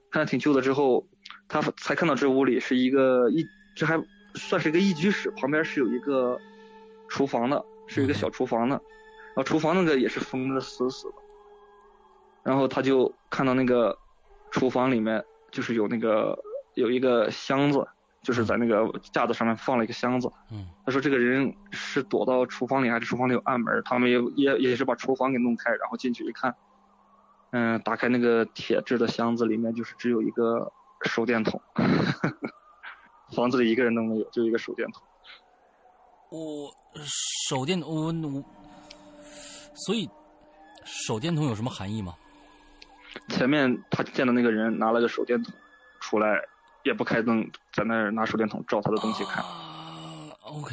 看着挺旧的之后，他才看到这屋里是一个一，这还算是一个一居室，旁边是有一个厨房的，是一个小厨房的，然后厨房那个也是封的死死的。然后他就看到那个厨房里面就是有那个有一个箱子，就是在那个架子上面放了一个箱子。 嗯， 他说这个人是躲到厨房里，还是厨房里有暗门？他们也也也是把厨房给弄开，然后进去一看，嗯，打开那个铁质的箱子，里面就是只有一个手电筒，房子里一个人都没有，就一个手电筒。 我手电我我，所以手电筒有什么含义吗？ 前面他见的那个人拿了个手电筒出来，也不开灯，在那儿拿手电筒照他的东西看。 啊 OK，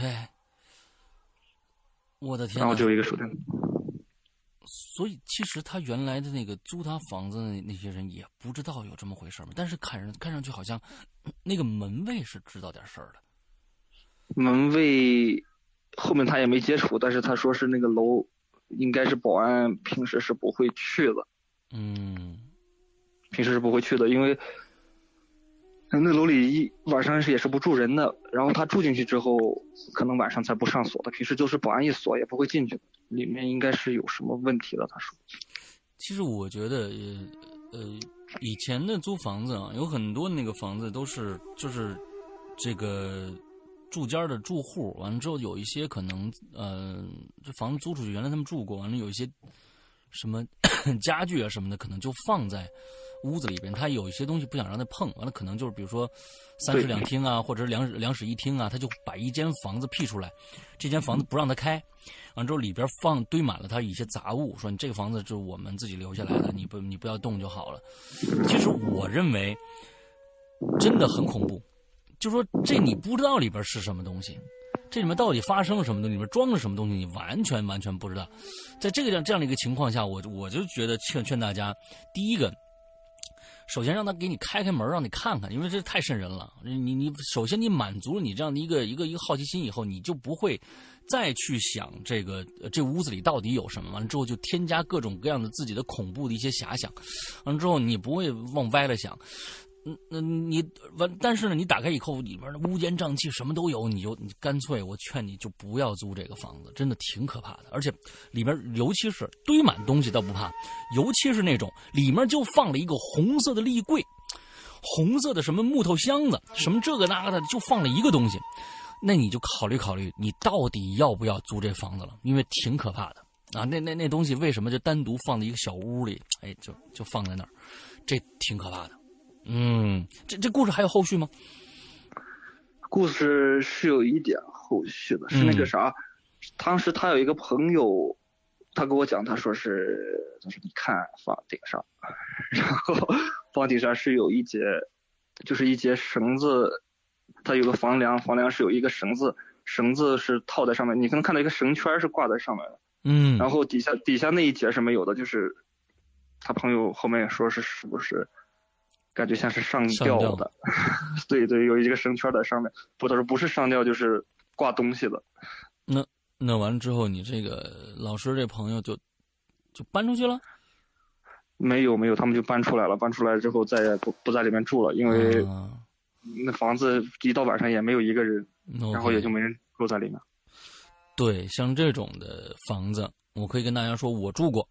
我的天！ 然后就有一个手电筒。 所以其实他原来的那个租他房子的那些人也不知道有这么回事嘛，但是看上看上去好像那个门卫是知道点事儿的。 门卫后面他也没接触，但是他说是那个楼应该是保安平时是不会去的。 嗯， 平时是不会去的，因为那楼里一晚上是也是不住人的，然后他住进去之后，可能晚上才不上锁的，平时就是保安一锁也不会进去的，里面应该是有什么问题的。他说， 其实我觉得，呃，呃，以前的租房子啊，有很多那个房子都是就是这个住家的住户，完了之后有一些可能，呃，这房子租出去，原来他们住过，完了有一些什么家具啊什么的，可能就放在屋子里边，他有一些东西不想让他碰，完了可能就是比如说三室两厅啊，或者是两两室一厅啊，他就把一间房子辟出来，这间房子不让他开，完之后里边放堆满了他一些杂物，说你这个房子就是我们自己留下来的，你不你不要动就好了。其实我认为真的很恐怖，就说这你不知道里边是什么东西。这里面到底发生了什么东西？里面装了什么东西？你完全完全不知道。在这个这样这样的一个情况下，我我就觉得劝劝大家，第一个，首先让他给你开开门，让你看看，因为这太瘆人了。你你首先你满足了你这样的一个一个一个好奇心以后，你就不会再去想这个这屋子里到底有什么。完了之后就添加各种各样的自己的恐怖的一些遐想，完了之后你不会往歪了想。嗯，那你完，但是呢，你打开以后，里面的乌烟瘴气，什么都有，你就你干脆，我劝你就不要租这个房子，真的挺可怕的。而且里面，尤其是堆满东西倒不怕，尤其是那种里面就放了一个红色的立柜，红色的什么木头箱子，什么这个那个的，就放了一个东西，那你就考虑考虑，你到底要不要租这房子了？因为挺可怕的啊。那那那东西为什么就单独放在一个小屋里？哎，就就放在那儿，这挺可怕的。嗯，这这故事还有后续吗？ 故事是有一点后续的，是那个啥，嗯、当时他有一个朋友，他跟我讲，他说是，他说你看房顶上，然后房顶上是有一节，就是一节绳子，它有个房梁，房梁是有一个绳子，绳子是套在上面，你可能看到一个绳圈是挂在上面的， 嗯， 然后底下底下那一节是没有的，就是他朋友后面说是是不是？感觉像是上吊的，对对，有一个绳圈在上面，不，他说不是上吊就是挂东西的。 那那完了之后，你这个老师这朋友就就搬出去了？ 没有没有，他们就搬出来了。搬出来之后再也不不在里面住了，因为那房子一到晚上也没有一个人， 嗯、 然后也就没人住在里面。 对，像这种的房子，我可以跟大家说，我住过。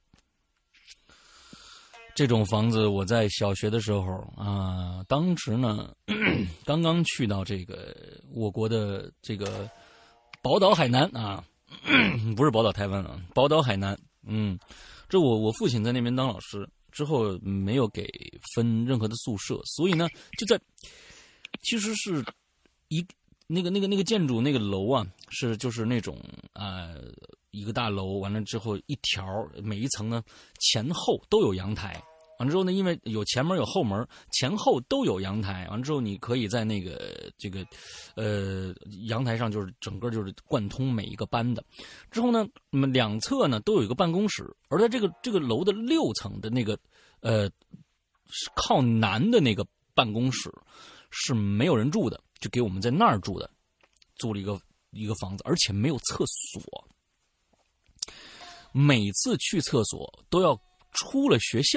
这种房子我在小学的时候啊，当时呢刚刚去到这个我国的这个宝岛海南啊，不是宝岛台湾啊，宝岛海南。嗯，这我我父亲在那边当老师，之后没有给分任何的宿舍，所以呢就在其实是一那个那个那个建筑那个楼啊，是就是那种啊。呃一个大楼完了之后，一条每一层呢前后都有阳台。完了之后呢，因为有前门有后门，前后都有阳台。完了之后，你可以在那个这个呃阳台上，就是整个就是贯通每一个班的。之后呢，那么两侧呢都有一个办公室，而在这个这个楼的六层的那个呃靠南的那个办公室是没有人住的，就给我们在那儿住的，租了一个一个房子，而且没有厕所。每次去厕所都要出了学校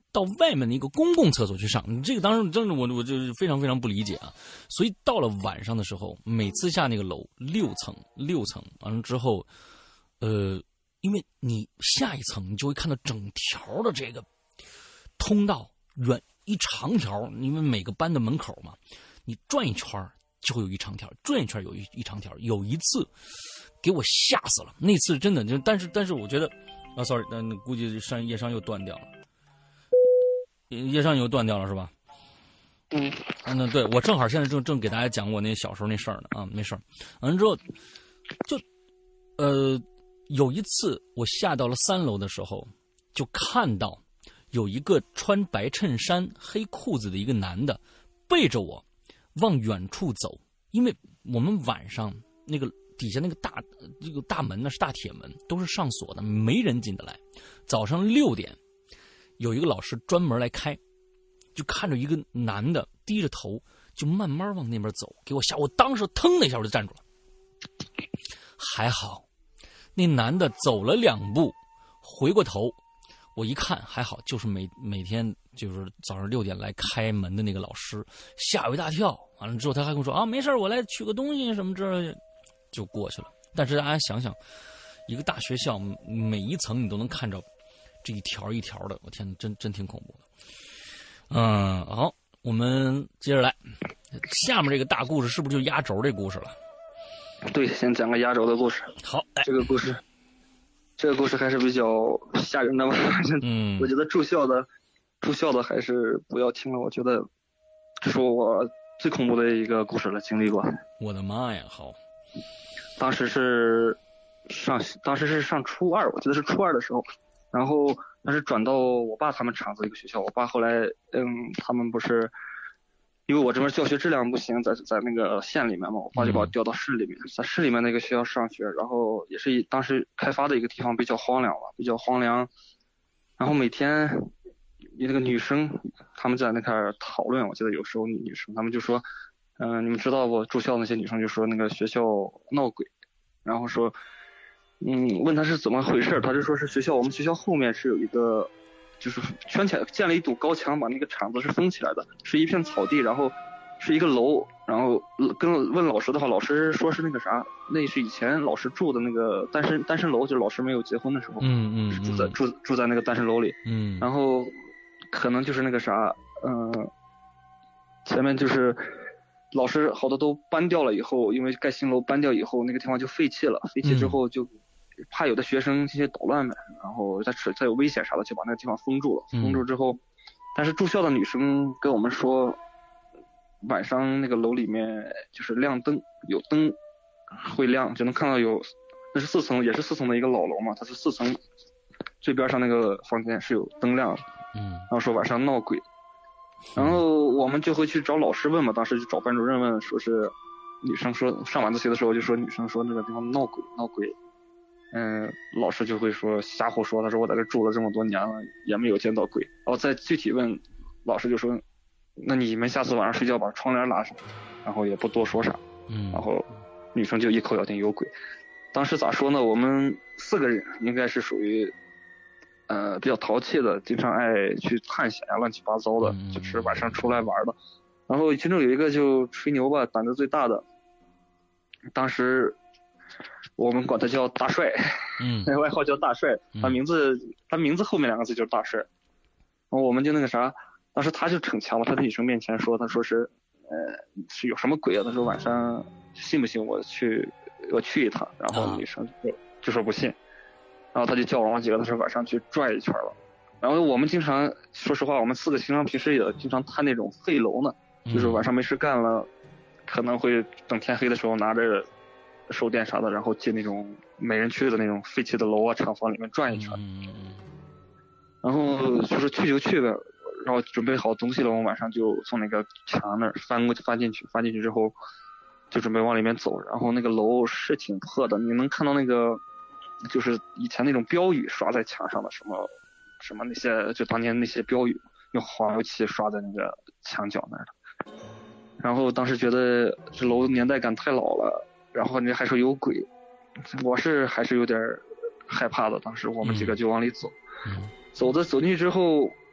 到外面的一个公共厕所去上。这个当时真的我我就是非常非常不理解啊。所以到了晚上的时候，每次下那个楼六层六层完了之后，呃，因为你下一层你就会看到整条的这个通道远一长条，因为每个班的门口嘛，你转一圈就会有一长条，转一圈有一一长条。有一次给我吓死了，那次真的就，但是但是我觉得啊 ，sorry， 那估计上叶商又断掉了，叶商又断掉了是吧？ 嗯， 那对我正好现在正正给大家讲我那小时候那事儿呢啊，没事儿。完了之后，就呃有一次我下到了三楼的时候，就看到有一个穿白衬衫、黑裤子的一个男的背着我往远处走，因为我们晚上那个底下那个大这个大门呢是大铁门，都是上锁的，没人进得来。早上六点，有一个老师专门来开，就看着一个男的低着头，就慢慢往那边走，给我吓，我当时腾的一下我就站住了。还好，那男的走了两步，回过头。我一看还好，就是每每天就是早上六点来开门的那个老师，吓我一大跳。完了之后他还跟我说啊，没事，我来取个东西什么之类的，就过去了。但是大家想想，一个大学校每一层你都能看着这一条一条的，我天，真真挺恐怖的。嗯，好，我们接着来，下面这个大故事是不是就压轴这故事了？ 对，先讲个压轴的故事。 好，来这个故事。这个故事还是比较吓人的吧？ 嗯， 我觉得住校的，住校的还是不要听了。我觉得这是我最恐怖的一个故事了，经历过。 我的妈呀！好， 当时是上，当时是上初二，我记得是初二的时候，然后当时转到我爸他们厂子一个学校。我爸后来，嗯，他们不是。因为我这边教学质量不行，在在那个县里面嘛，我爸就把我调到市里面，在市里面那个学校上学，然后也是当时开发的一个地方比较荒凉吧，比较荒凉，然后每天那个女生他们在那块讨论，我记得有时候女生他们就说，嗯、呃，你们知道不？住校那些女生就说那个学校闹鬼，然后说，嗯，问他是怎么回事，他就说是学校我们学校后面是有一个。就是圈起来建了一堵高墙，把那个厂子是封起来的，是一片草地，然后是一个楼，然后跟问老师的话，老师说是那个啥，那是以前老师住的那个单身单身楼，就是老师没有结婚的时候， 嗯嗯， 是住在住住在那个单身楼里， 嗯， 然后可能就是那个啥，嗯、呃，前面就是老师好多都搬掉了以后，因为盖新楼搬掉以后，那个地方就废弃了，废弃之后就。嗯怕有的学生这些捣乱呗，然后再再有危险啥的，就把那个地方封住了。封住之后，嗯、但是住校的女生跟我们说，晚上那个楼里面就是亮灯，有灯会亮，就能看到有，那是四层，也是四层的一个老楼嘛，它是四层最边上那个房间是有灯亮的。 嗯， 然后说晚上闹鬼，然后我们就会去找老师问嘛，当时就找班主任问，说是女生说上晚自习的时候就说女生说那个地方闹鬼闹鬼。嗯，老师就会说瞎胡说，他说我在这住了这么多年了，也没有见到鬼。然后再具体问，老师就说，那你们下次晚上睡觉把窗帘拉上，然后也不多说啥。 嗯， 然后女生就一口咬定有鬼。当时咋说呢？我们四个人应该是属于，呃，比较淘气的，经常爱去探险啊，乱七八糟的，就是晚上出来玩的。然后其中有一个就吹牛吧，胆子最大的，当时。我们管他叫大帅， 嗯， 外号叫大帅，他名字他名字后面两个字就是大帅。然后我们就那个啥，当时他就逞强了，他在女生面前说，他说是，呃，是有什么鬼啊？他说晚上信不信我去我去一趟？然后女生就就说不信，然后他就叫我们几个，他说晚上去转一圈了。然后我们经常说实话，我们四个经常平时也经常探那种废楼呢，就是晚上没事干了，可能会等天黑的时候拿着。手电啥的，然后进那种没人去的那种废弃的楼啊厂房里面转一圈， 嗯、 然后就是去就去呗，然后准备好东西了，我们晚上就从那个墙那儿翻过去翻进去，翻进去之后就准备往里面走，然后那个楼是挺破的，你能看到那个就是以前那种标语刷在墙上的，什么什么那些就当年那些标语用黄油漆刷在那个墙角那儿的，然后当时觉得这楼年代感太老了。然后你还说有鬼，我是还是有点害怕的。当时我们几个就往里走， 嗯、 走着走进去之后，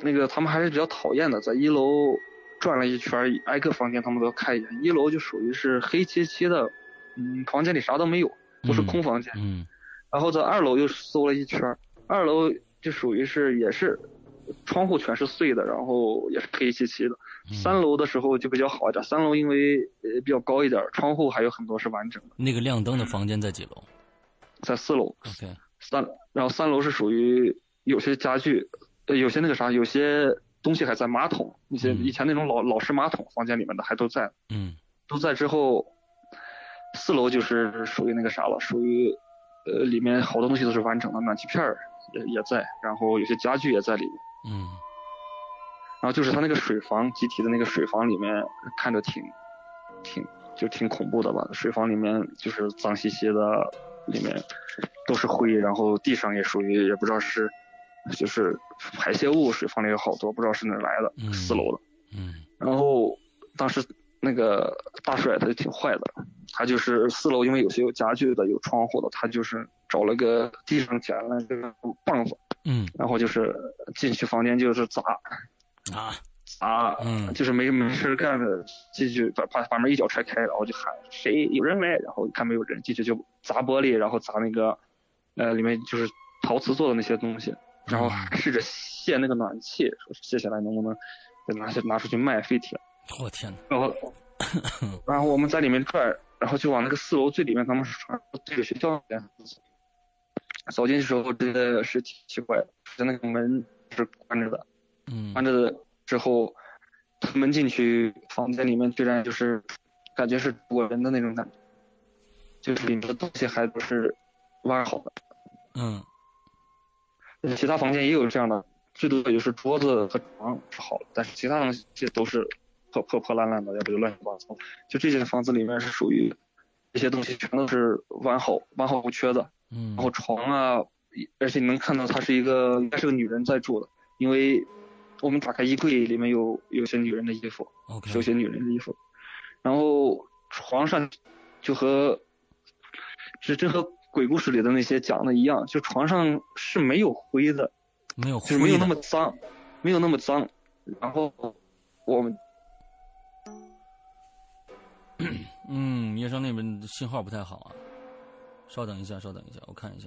那个他们还是比较讨厌的，在一楼转了一圈，挨个房间他们都要看一眼。一楼就属于是黑漆漆的，嗯，房间里啥都没有，都是空房间。 嗯。嗯然后在二楼又搜了一圈，二楼就属于是也是窗户全是碎的，然后也是黑漆漆的。 嗯、 三楼的时候就比较好一点，三楼因为呃比较高一点，窗户还有很多是完整的。 那个亮灯的房间在几楼？ 在四楼。 OK。 三，然后三楼是属于有些家具，呃，有些那个啥，有些东西还在马桶，那些以前那种老、嗯、老式马桶房间里面的还都在。 嗯。 都在之后，四楼就是属于那个啥了，属于。呃，里面好多东西都是完整的，暖气片也也在，然后有些家具也在里面。 嗯。 然后就是他那个水房，集体的那个水房里面，看着挺，挺就挺恐怖的吧。水房里面就是脏兮兮的，里面都是灰，然后地上也属于也不知道是，就是排泄物，水房里有好多，不知道是哪来的。 嗯、 四楼的。 嗯。 然后当时那个大帅他就挺坏的。他就是四楼，因为有些有家具的、有窗户的，他就是找了个地上捡了这个棒子， 嗯， 然后就是进去房间就是砸， 啊， 砸， 嗯， 就是没没事干的，进去把把把门一脚踹开，然后就喊谁有人没，然后看没有人，进去就砸玻璃，然后砸那个，呃，里面就是陶瓷做的那些东西，然后试着卸那个暖气，说卸下来能不能再拿拿出去卖废铁。 我天哪！ 然后，然后我们在里面转。然后就往那个四楼最里面，他们是传这个学校里面走进去的时候，真的是挺奇怪的，就那个门是关着的， 嗯， 关着的之后，推门进去，房间里面居然就是感觉是住人的那种感觉，就是里面的东西还都是完好的， 嗯， 其他房间也有这样的，最多也就是桌子和床是好的，但是其他东西都是。破破破烂烂的，要不就乱七八糟。就这间房子里面是属于这些东西全都是完好完好无缺的。 嗯。 然后床啊，而且你能看到它是一个应该是个女人在住的，因为我们打开衣柜里面有有些女人的衣服， okay. 有些女人的衣服。然后床上就和是真和鬼故事里的那些讲的一样，就床上是没有灰的， 没有灰的， 就是没有那么脏，没有那么脏。然后我们。 嗯，叶生那边信号不太好啊，稍等一下，稍等一下，我看一下。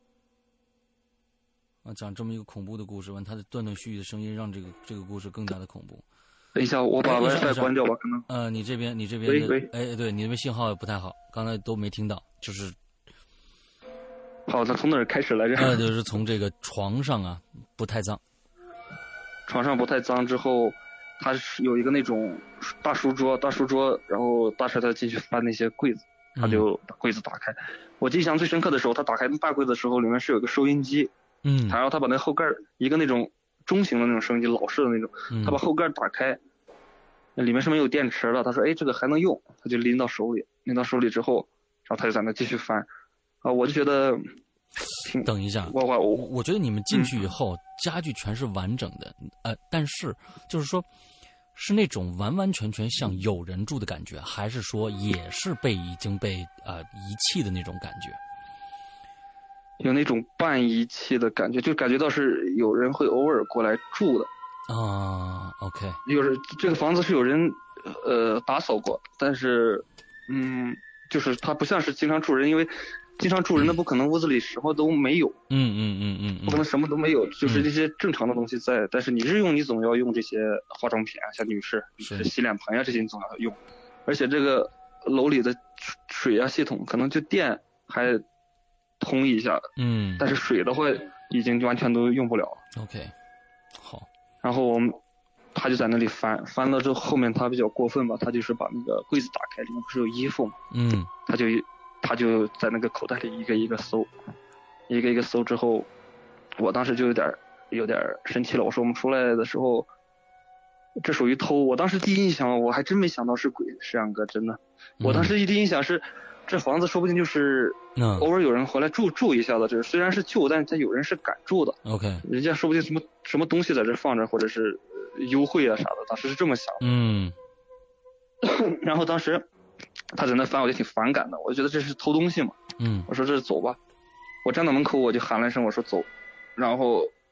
啊，讲这么一个恐怖的故事，完，他的断断续续的声音让这个这个故事更加的恐怖。 等一下，我把 WiFi 关掉吧，可能。 呃，你这边，你这边， 喂喂， 哎，对，你那边信号不太好，刚才都没听到，就是。 好，那从哪儿开始来着？ 呃，就是从这个床上啊，不太脏。 床上不太脏之后。他是有一个那种大书桌，大书桌，然后大帅他进去翻那些柜子，他就把柜子打开。嗯、我印象最深刻的时候，他打开大柜子的时候，里面是有个收音机， 嗯， 然后他把那后盖一个那种中型的那种收音机，老式的那种， 嗯、 他把后盖打开，里面是没有电池的。他说：“哎，这个还能用。”他就拎到手里，拎到手里之后，然后他就在那继续翻。啊，我就觉得。 等一下， 我我我我觉得你们进去以后，嗯、家具全是完整的，呃，但是就是说，是那种完完全全像有人住的感觉，还是说也是被已经被呃遗弃的那种感觉？ 有那种半遗弃的感觉，就感觉到是有人会偶尔过来住的。 啊 ，OK， 就是这个房子是有人呃打扫过，但是嗯，就是它不像是经常住人，因为。经常住人的不可能屋子里什么都没有， 嗯嗯嗯嗯， 不可能什么都没有，就是这些正常的东西在。嗯、但是你日用你总要用这些化妆品啊，像女士、是洗脸盆啊这些你总要用。而且这个楼里的水啊系统可能就电还通一下， 嗯， 但是水的话已经完全都用不了了。 OK， 好。 然后我们他就在那里翻翻了之后，后面他比较过分吧，他就是把那个柜子打开，里面不是有衣服吗？ 嗯， 他就。他就在那个口袋里一个一个搜，一个一个搜之后，我当时就有点有点生气了。我说我们出来的时候，这属于偷。我当时第一印象我还真没想到是鬼，石阳哥真的。我当时第一印象是，这房子说不定就是偶尔有人回来住住一下子。这虽然是旧，但他有人是敢住的。 OK， 人家说不定什么什么东西在这放着，或者是优惠啊啥的。当时是这么想的。 嗯， 然后当时。他在那翻，我就挺反感的，我就觉得这是偷东西嘛。 嗯， 我说这走吧，我站到门口我就喊了一声，我说走，然后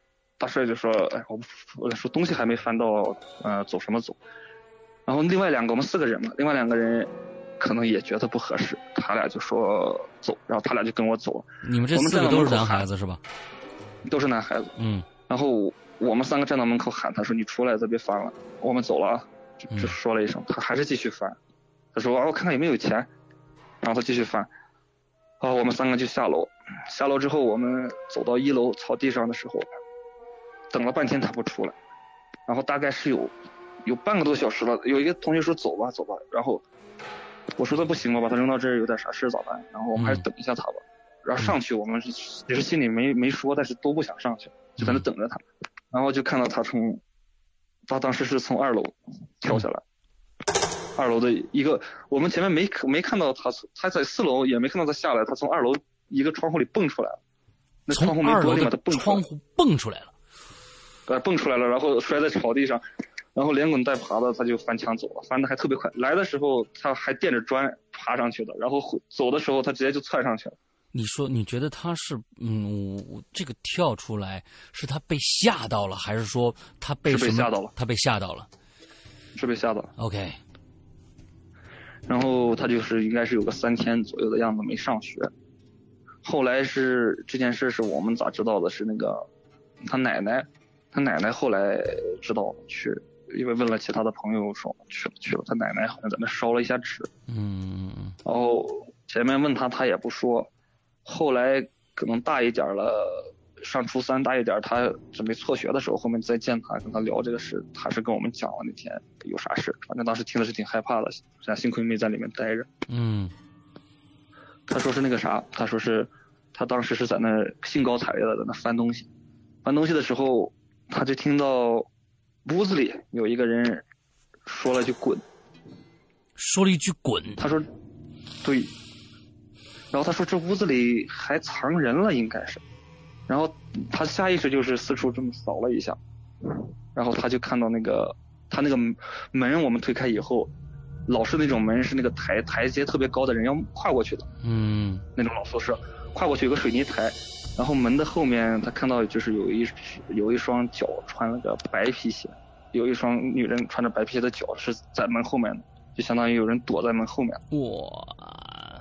大帅就说：“哎，我我说东西还没翻到，呃，走什么走？”然后另外两个我们四个人嘛，另外两个人可能也觉得不合适，他俩就说走，然后他俩就跟我走了。 你们这四个都是男孩子是吧？ 都是男孩子。 嗯。然后我们三个站到门口喊他说：“你出来，再别翻了。”我们走了啊，就就说了一声，他还是继续翻。他说：“啊，我看看有没有钱。”然后他继续翻。啊，我们三个就下楼。下楼之后，我们走到一楼草地上的时候，等了半天他不出来，然后大概是有有半个多小时了。有一个同学说：“走吧，走吧。”然后我说：“他不行了，把他扔到这儿有点啥事咋办？”然后我们还是等一下他吧。然后上去，我们也是心里没没说，但是都不想上去，就在那等着他。然后就看到他从，他当时是从二楼跳下来。二楼的一个，我们前面没没看到他，他在四楼也没看到他下来，他从二楼一个窗户里蹦出来了。那窗户没玻璃嘛，他蹦出来了。 窗户蹦出来了， 呃，蹦出来了，然后摔在草地上，然后连滚带爬的他就翻墙走了，翻的还特别快。来的时候他还垫着砖爬上去的，然后走的时候他直接就窜上去了。 你说你觉得他是嗯，这个跳出来是他被吓到了，还是说他被是被吓到了？ 他被吓到了， 是被吓到了。 OK。 然后他就是应该是有个三天左右的样子没上学。后来是这件事是我们咋知道的？是那个他奶奶，他奶奶后来知道我们去，因为问了其他的朋友说我们去了去了，他奶奶好像在那烧了一下纸。 嗯。 然后前面问他他也不说，后来可能大一点了。上初三大一点，他准备辍学的时候，后面再见他，跟他聊这个事，他是跟我们讲了那天有啥事，反正当时听的是挺害怕的，咱幸亏没在里面待着。 嗯， 他说是那个啥，他说是他当时是在那兴高采烈的在那翻东西，翻东西的时候，他就听到屋子里有一个人说了句滚， 说了一句滚， 他说对，然后他说这屋子里还藏人了，应该是。然后他下意识就是四处这么扫了一下，然后他就看到那个他那个门我们推开以后，老式那种门是那个台台阶特别高的，人要跨过去的， 嗯， 那种老宿舍，跨过去有个水泥台，然后门的后面他看到就是有一有一双脚穿了个白皮鞋，有一双女人穿着白皮鞋的脚是在门后面的，就相当于有人躲在门后面。 哇！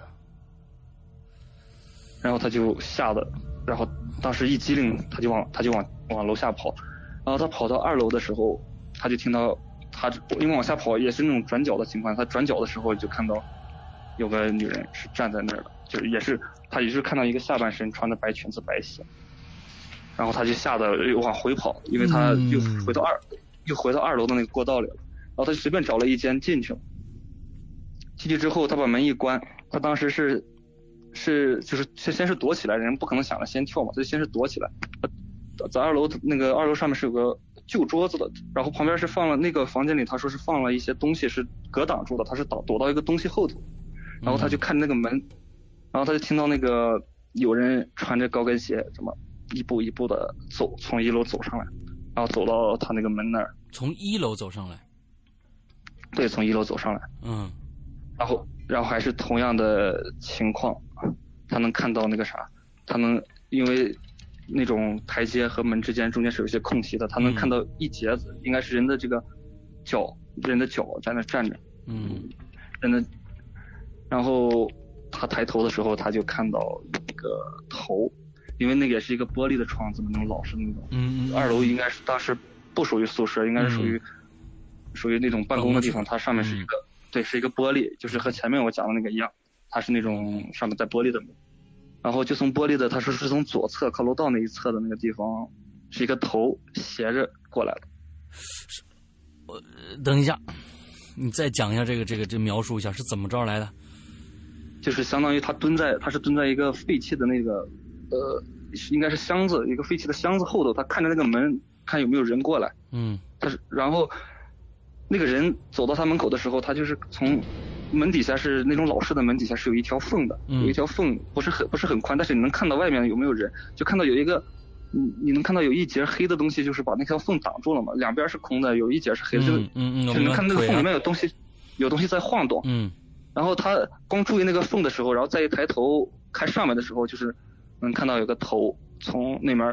然后他就吓得。然后当时一激灵，他就往他就往往楼下跑，然后他跑到二楼的时候，他就听到他因为往下跑也是那种转角的情况，他转角的时候就看到有个女人是站在那儿的，就是也是他也是看到一个下半身穿的白裙子白鞋，然后他就吓得又往回跑，因为他又回到二、嗯、又回到二楼的那个过道里了，然后他就随便找了一间进去了。进去之后他把门一关，他当时是。是就是先先是躲起来，人不可能想着先跳嘛，他就先是躲起来。在二楼那个二楼上面是有个旧桌子的，然后旁边是放了那个房间里，他说是放了一些东西是隔挡住的，他是躲躲到一个东西后头，然后他就看那个门，然后他就听到那个有人穿着高跟鞋怎么一步一步的走，从一楼走上来，然后走到他那个门那儿。 从一楼走上来？ 对，从一楼走上来。 嗯， 然后然后还是同样的情况。他能看到那个啥，他能因为那种台阶和门之间中间是有些空隙的，他能看到一截子，嗯、应该是人的这个脚，人的脚在那站着， 嗯， 人的，然后他抬头的时候，他就看到一个头，因为那个也是一个玻璃的窗子，那种老式那种， 嗯， 二楼应该是当时不属于宿舍，应该是属于、嗯、属于那种办公的地方，它上面是一个、嗯、对，是一个玻璃，就是和前面我讲的那个一样。它是那种上面带玻璃的门，然后就从玻璃的，他说是从左侧靠楼道那一侧的那个地方，是一个头斜着过来的。 我等一下，你再讲一下这个这个这描述一下是怎么着来的？ 就是相当于他蹲在，他是蹲在一个废弃的那个呃，应该是箱子，一个废弃的箱子后头，他看着那个门，看有没有人过来。 嗯， 他是然后那个人走到他门口的时候，他就是从。门底下是那种老式的门底下是有一条缝的，有一条缝不是很不是很宽，但是你能看到外面有没有人，就看到有一个，你你能看到有一截黑的东西，就是把那条缝挡住了嘛，两边是空的，有一截是黑的， 嗯嗯嗯， 就能看那个缝里面有东西，有东西在晃动， 嗯， 然后他光注意那个缝的时候，然后再一抬头看上面的时候，就是能看到有个头从那边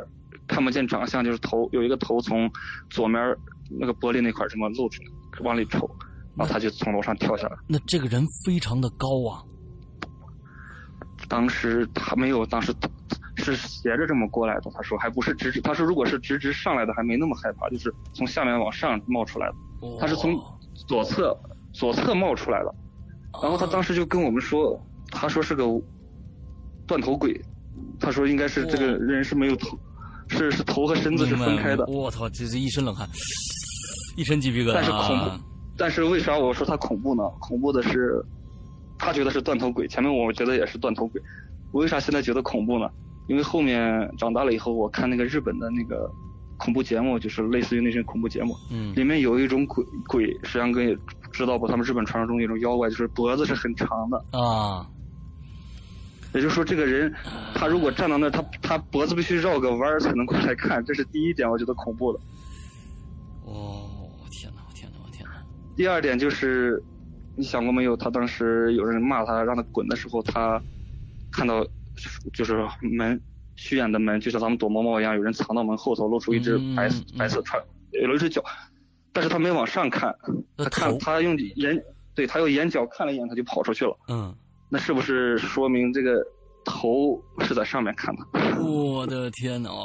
看不见长相，就是头有一个头从左面那个玻璃那块这么露出来，往里瞅，然后他就从楼上跳下来。 那这个人非常的高啊。 当时他没有，当时是斜着这么过来的。他说还不是直直，他说如果是直直上来的还没那么害怕，就是从下面往上冒出来的。 哦、 他是从左侧左侧冒出来的。然后他当时就跟我们说，他说是个断头鬼，他说应该是这个人是没有头，是是头和身子是分开的。 我操，这这一身冷汗，一身鸡皮疙瘩。 但是恐怖，但是为啥我说他恐怖呢？恐怖的是。他觉得是断头鬼，前面我觉得也是断头鬼，我为啥现在觉得恐怖呢？因为后面长大了以后，我看那个日本的那个恐怖节目，就是类似于那些恐怖节目， 嗯， 里面有一种鬼鬼，实际上哥也知道不？他们日本传说中有一种妖怪，就是脖子是很长的啊。 也就是说，这个人他如果站到那儿，他他脖子必须绕个弯才能过来看，这是第一点，我觉得恐怖的。 哦，天哪，我天哪，我天哪！ 第二点就是。你想过没有？他当时有人骂他，让他滚的时候，他看到就是门虚掩的门，就像咱们躲猫猫一样，有人藏到门后头，露出一只白、嗯、白色穿，有一只脚，但是他没往上看，他看他用眼，对他用眼角看了一眼，他就跑出去了。 嗯， 那是不是说明这个头是在上面看的？ 我的天哪！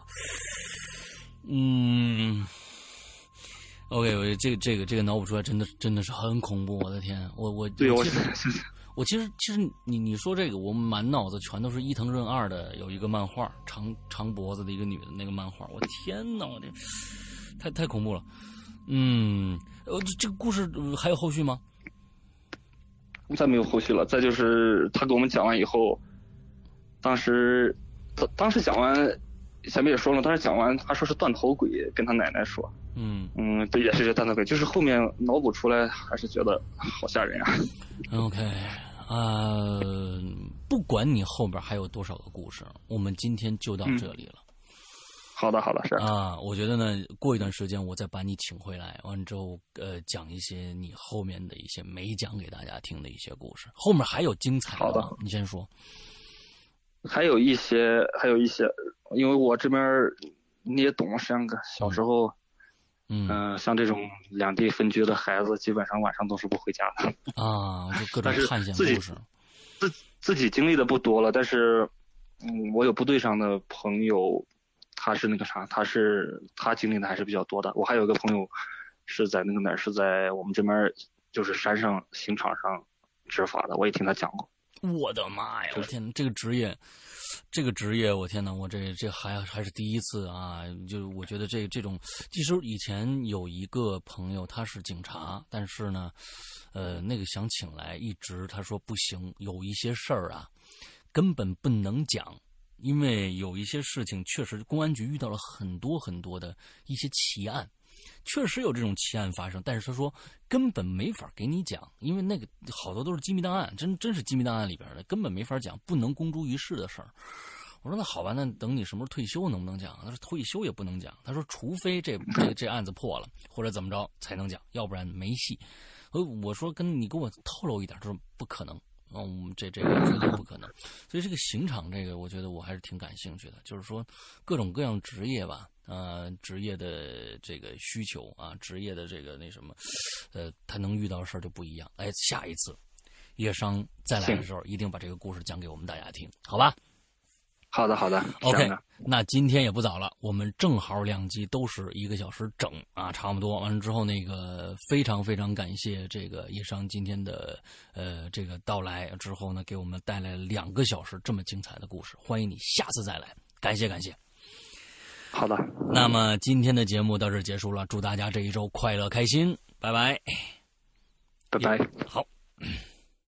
嗯。OK， 我这个这个这个脑补出来真的真的是很恐怖，我的天！我我对我我其实其实你你说这个，我满脑子全都是伊藤润二的有一个漫画，长长脖子的一个女的那个漫画，我天哪，我这太太恐怖了。嗯，呃，这个故事还有后续吗？ 再没有后续了。再就是他给我们讲完以后，当时当当时讲完。前面也说了，当时讲完，他说是断头鬼，跟他奶奶说， 嗯嗯，对，也是这断头鬼，就是后面脑补出来，还是觉得好吓人啊。 OK， 呃，不管你后边还有多少个故事，我们今天就到这里了。 嗯、好的，好的，是啊，我觉得呢，过一段时间我再把你请回来，完之后，呃，讲一些你后面的一些没讲给大家听的一些故事，后面还有精彩的。 好的， 你先说。 还有一些，还有一些，因为我这边你也懂，像个小时候， 嗯、 呃，像这种两地分居的孩子，基本上晚上都是不回家的啊，就各种探险故事。 自自己经历的不多了，但是，嗯，我有部队上的朋友，他是那个啥，他是他经历的还是比较多的。我还有一个朋友是在那个哪儿，是在我们这边就是山上刑场上执法的，我也听他讲过。 我的妈呀！我天，这个职业，这个职业，我天哪！我这这还还是第一次啊！就我觉得这这种，其实以前有一个朋友他是警察，但是呢，呃，那个想请来，一直他说不行，有一些事儿啊，根本不能讲，因为有一些事情确实公安局遇到了很多很多的一些奇案。确实有这种奇案发生，但是他说根本没法给你讲，因为那个好多都是机密档案，真真是机密档案里边的，根本没法讲，不能公诸于世的事儿。我说那好吧，那等你什么时候退休能不能讲？他说退休也不能讲，他说除非这这这案子破了或者怎么着才能讲，要不然没戏。我说跟你给我透露一点，他说不可能。嗯，这这个绝对不可能，所以这个刑场这个，我觉得我还是挺感兴趣的。就是说，各种各样职业吧，呃，职业的这个需求啊，职业的这个那什么，呃，他能遇到的事儿就不一样。哎，下一次叶商再来的时候，一定把这个故事讲给我们大家听，好吧？ 好的，好的 ，OK。那今天也不早了，我们正好两集都是一个小时整啊，差不多。完了之后，那个非常非常感谢这个叶商今天的呃这个到来之后呢，给我们带来了两个小时这么精彩的故事。欢迎你下次再来，感谢感谢。 好的， 那么今天的节目到这儿结束了，祝大家这一周快乐开心，拜拜， 拜拜， 好。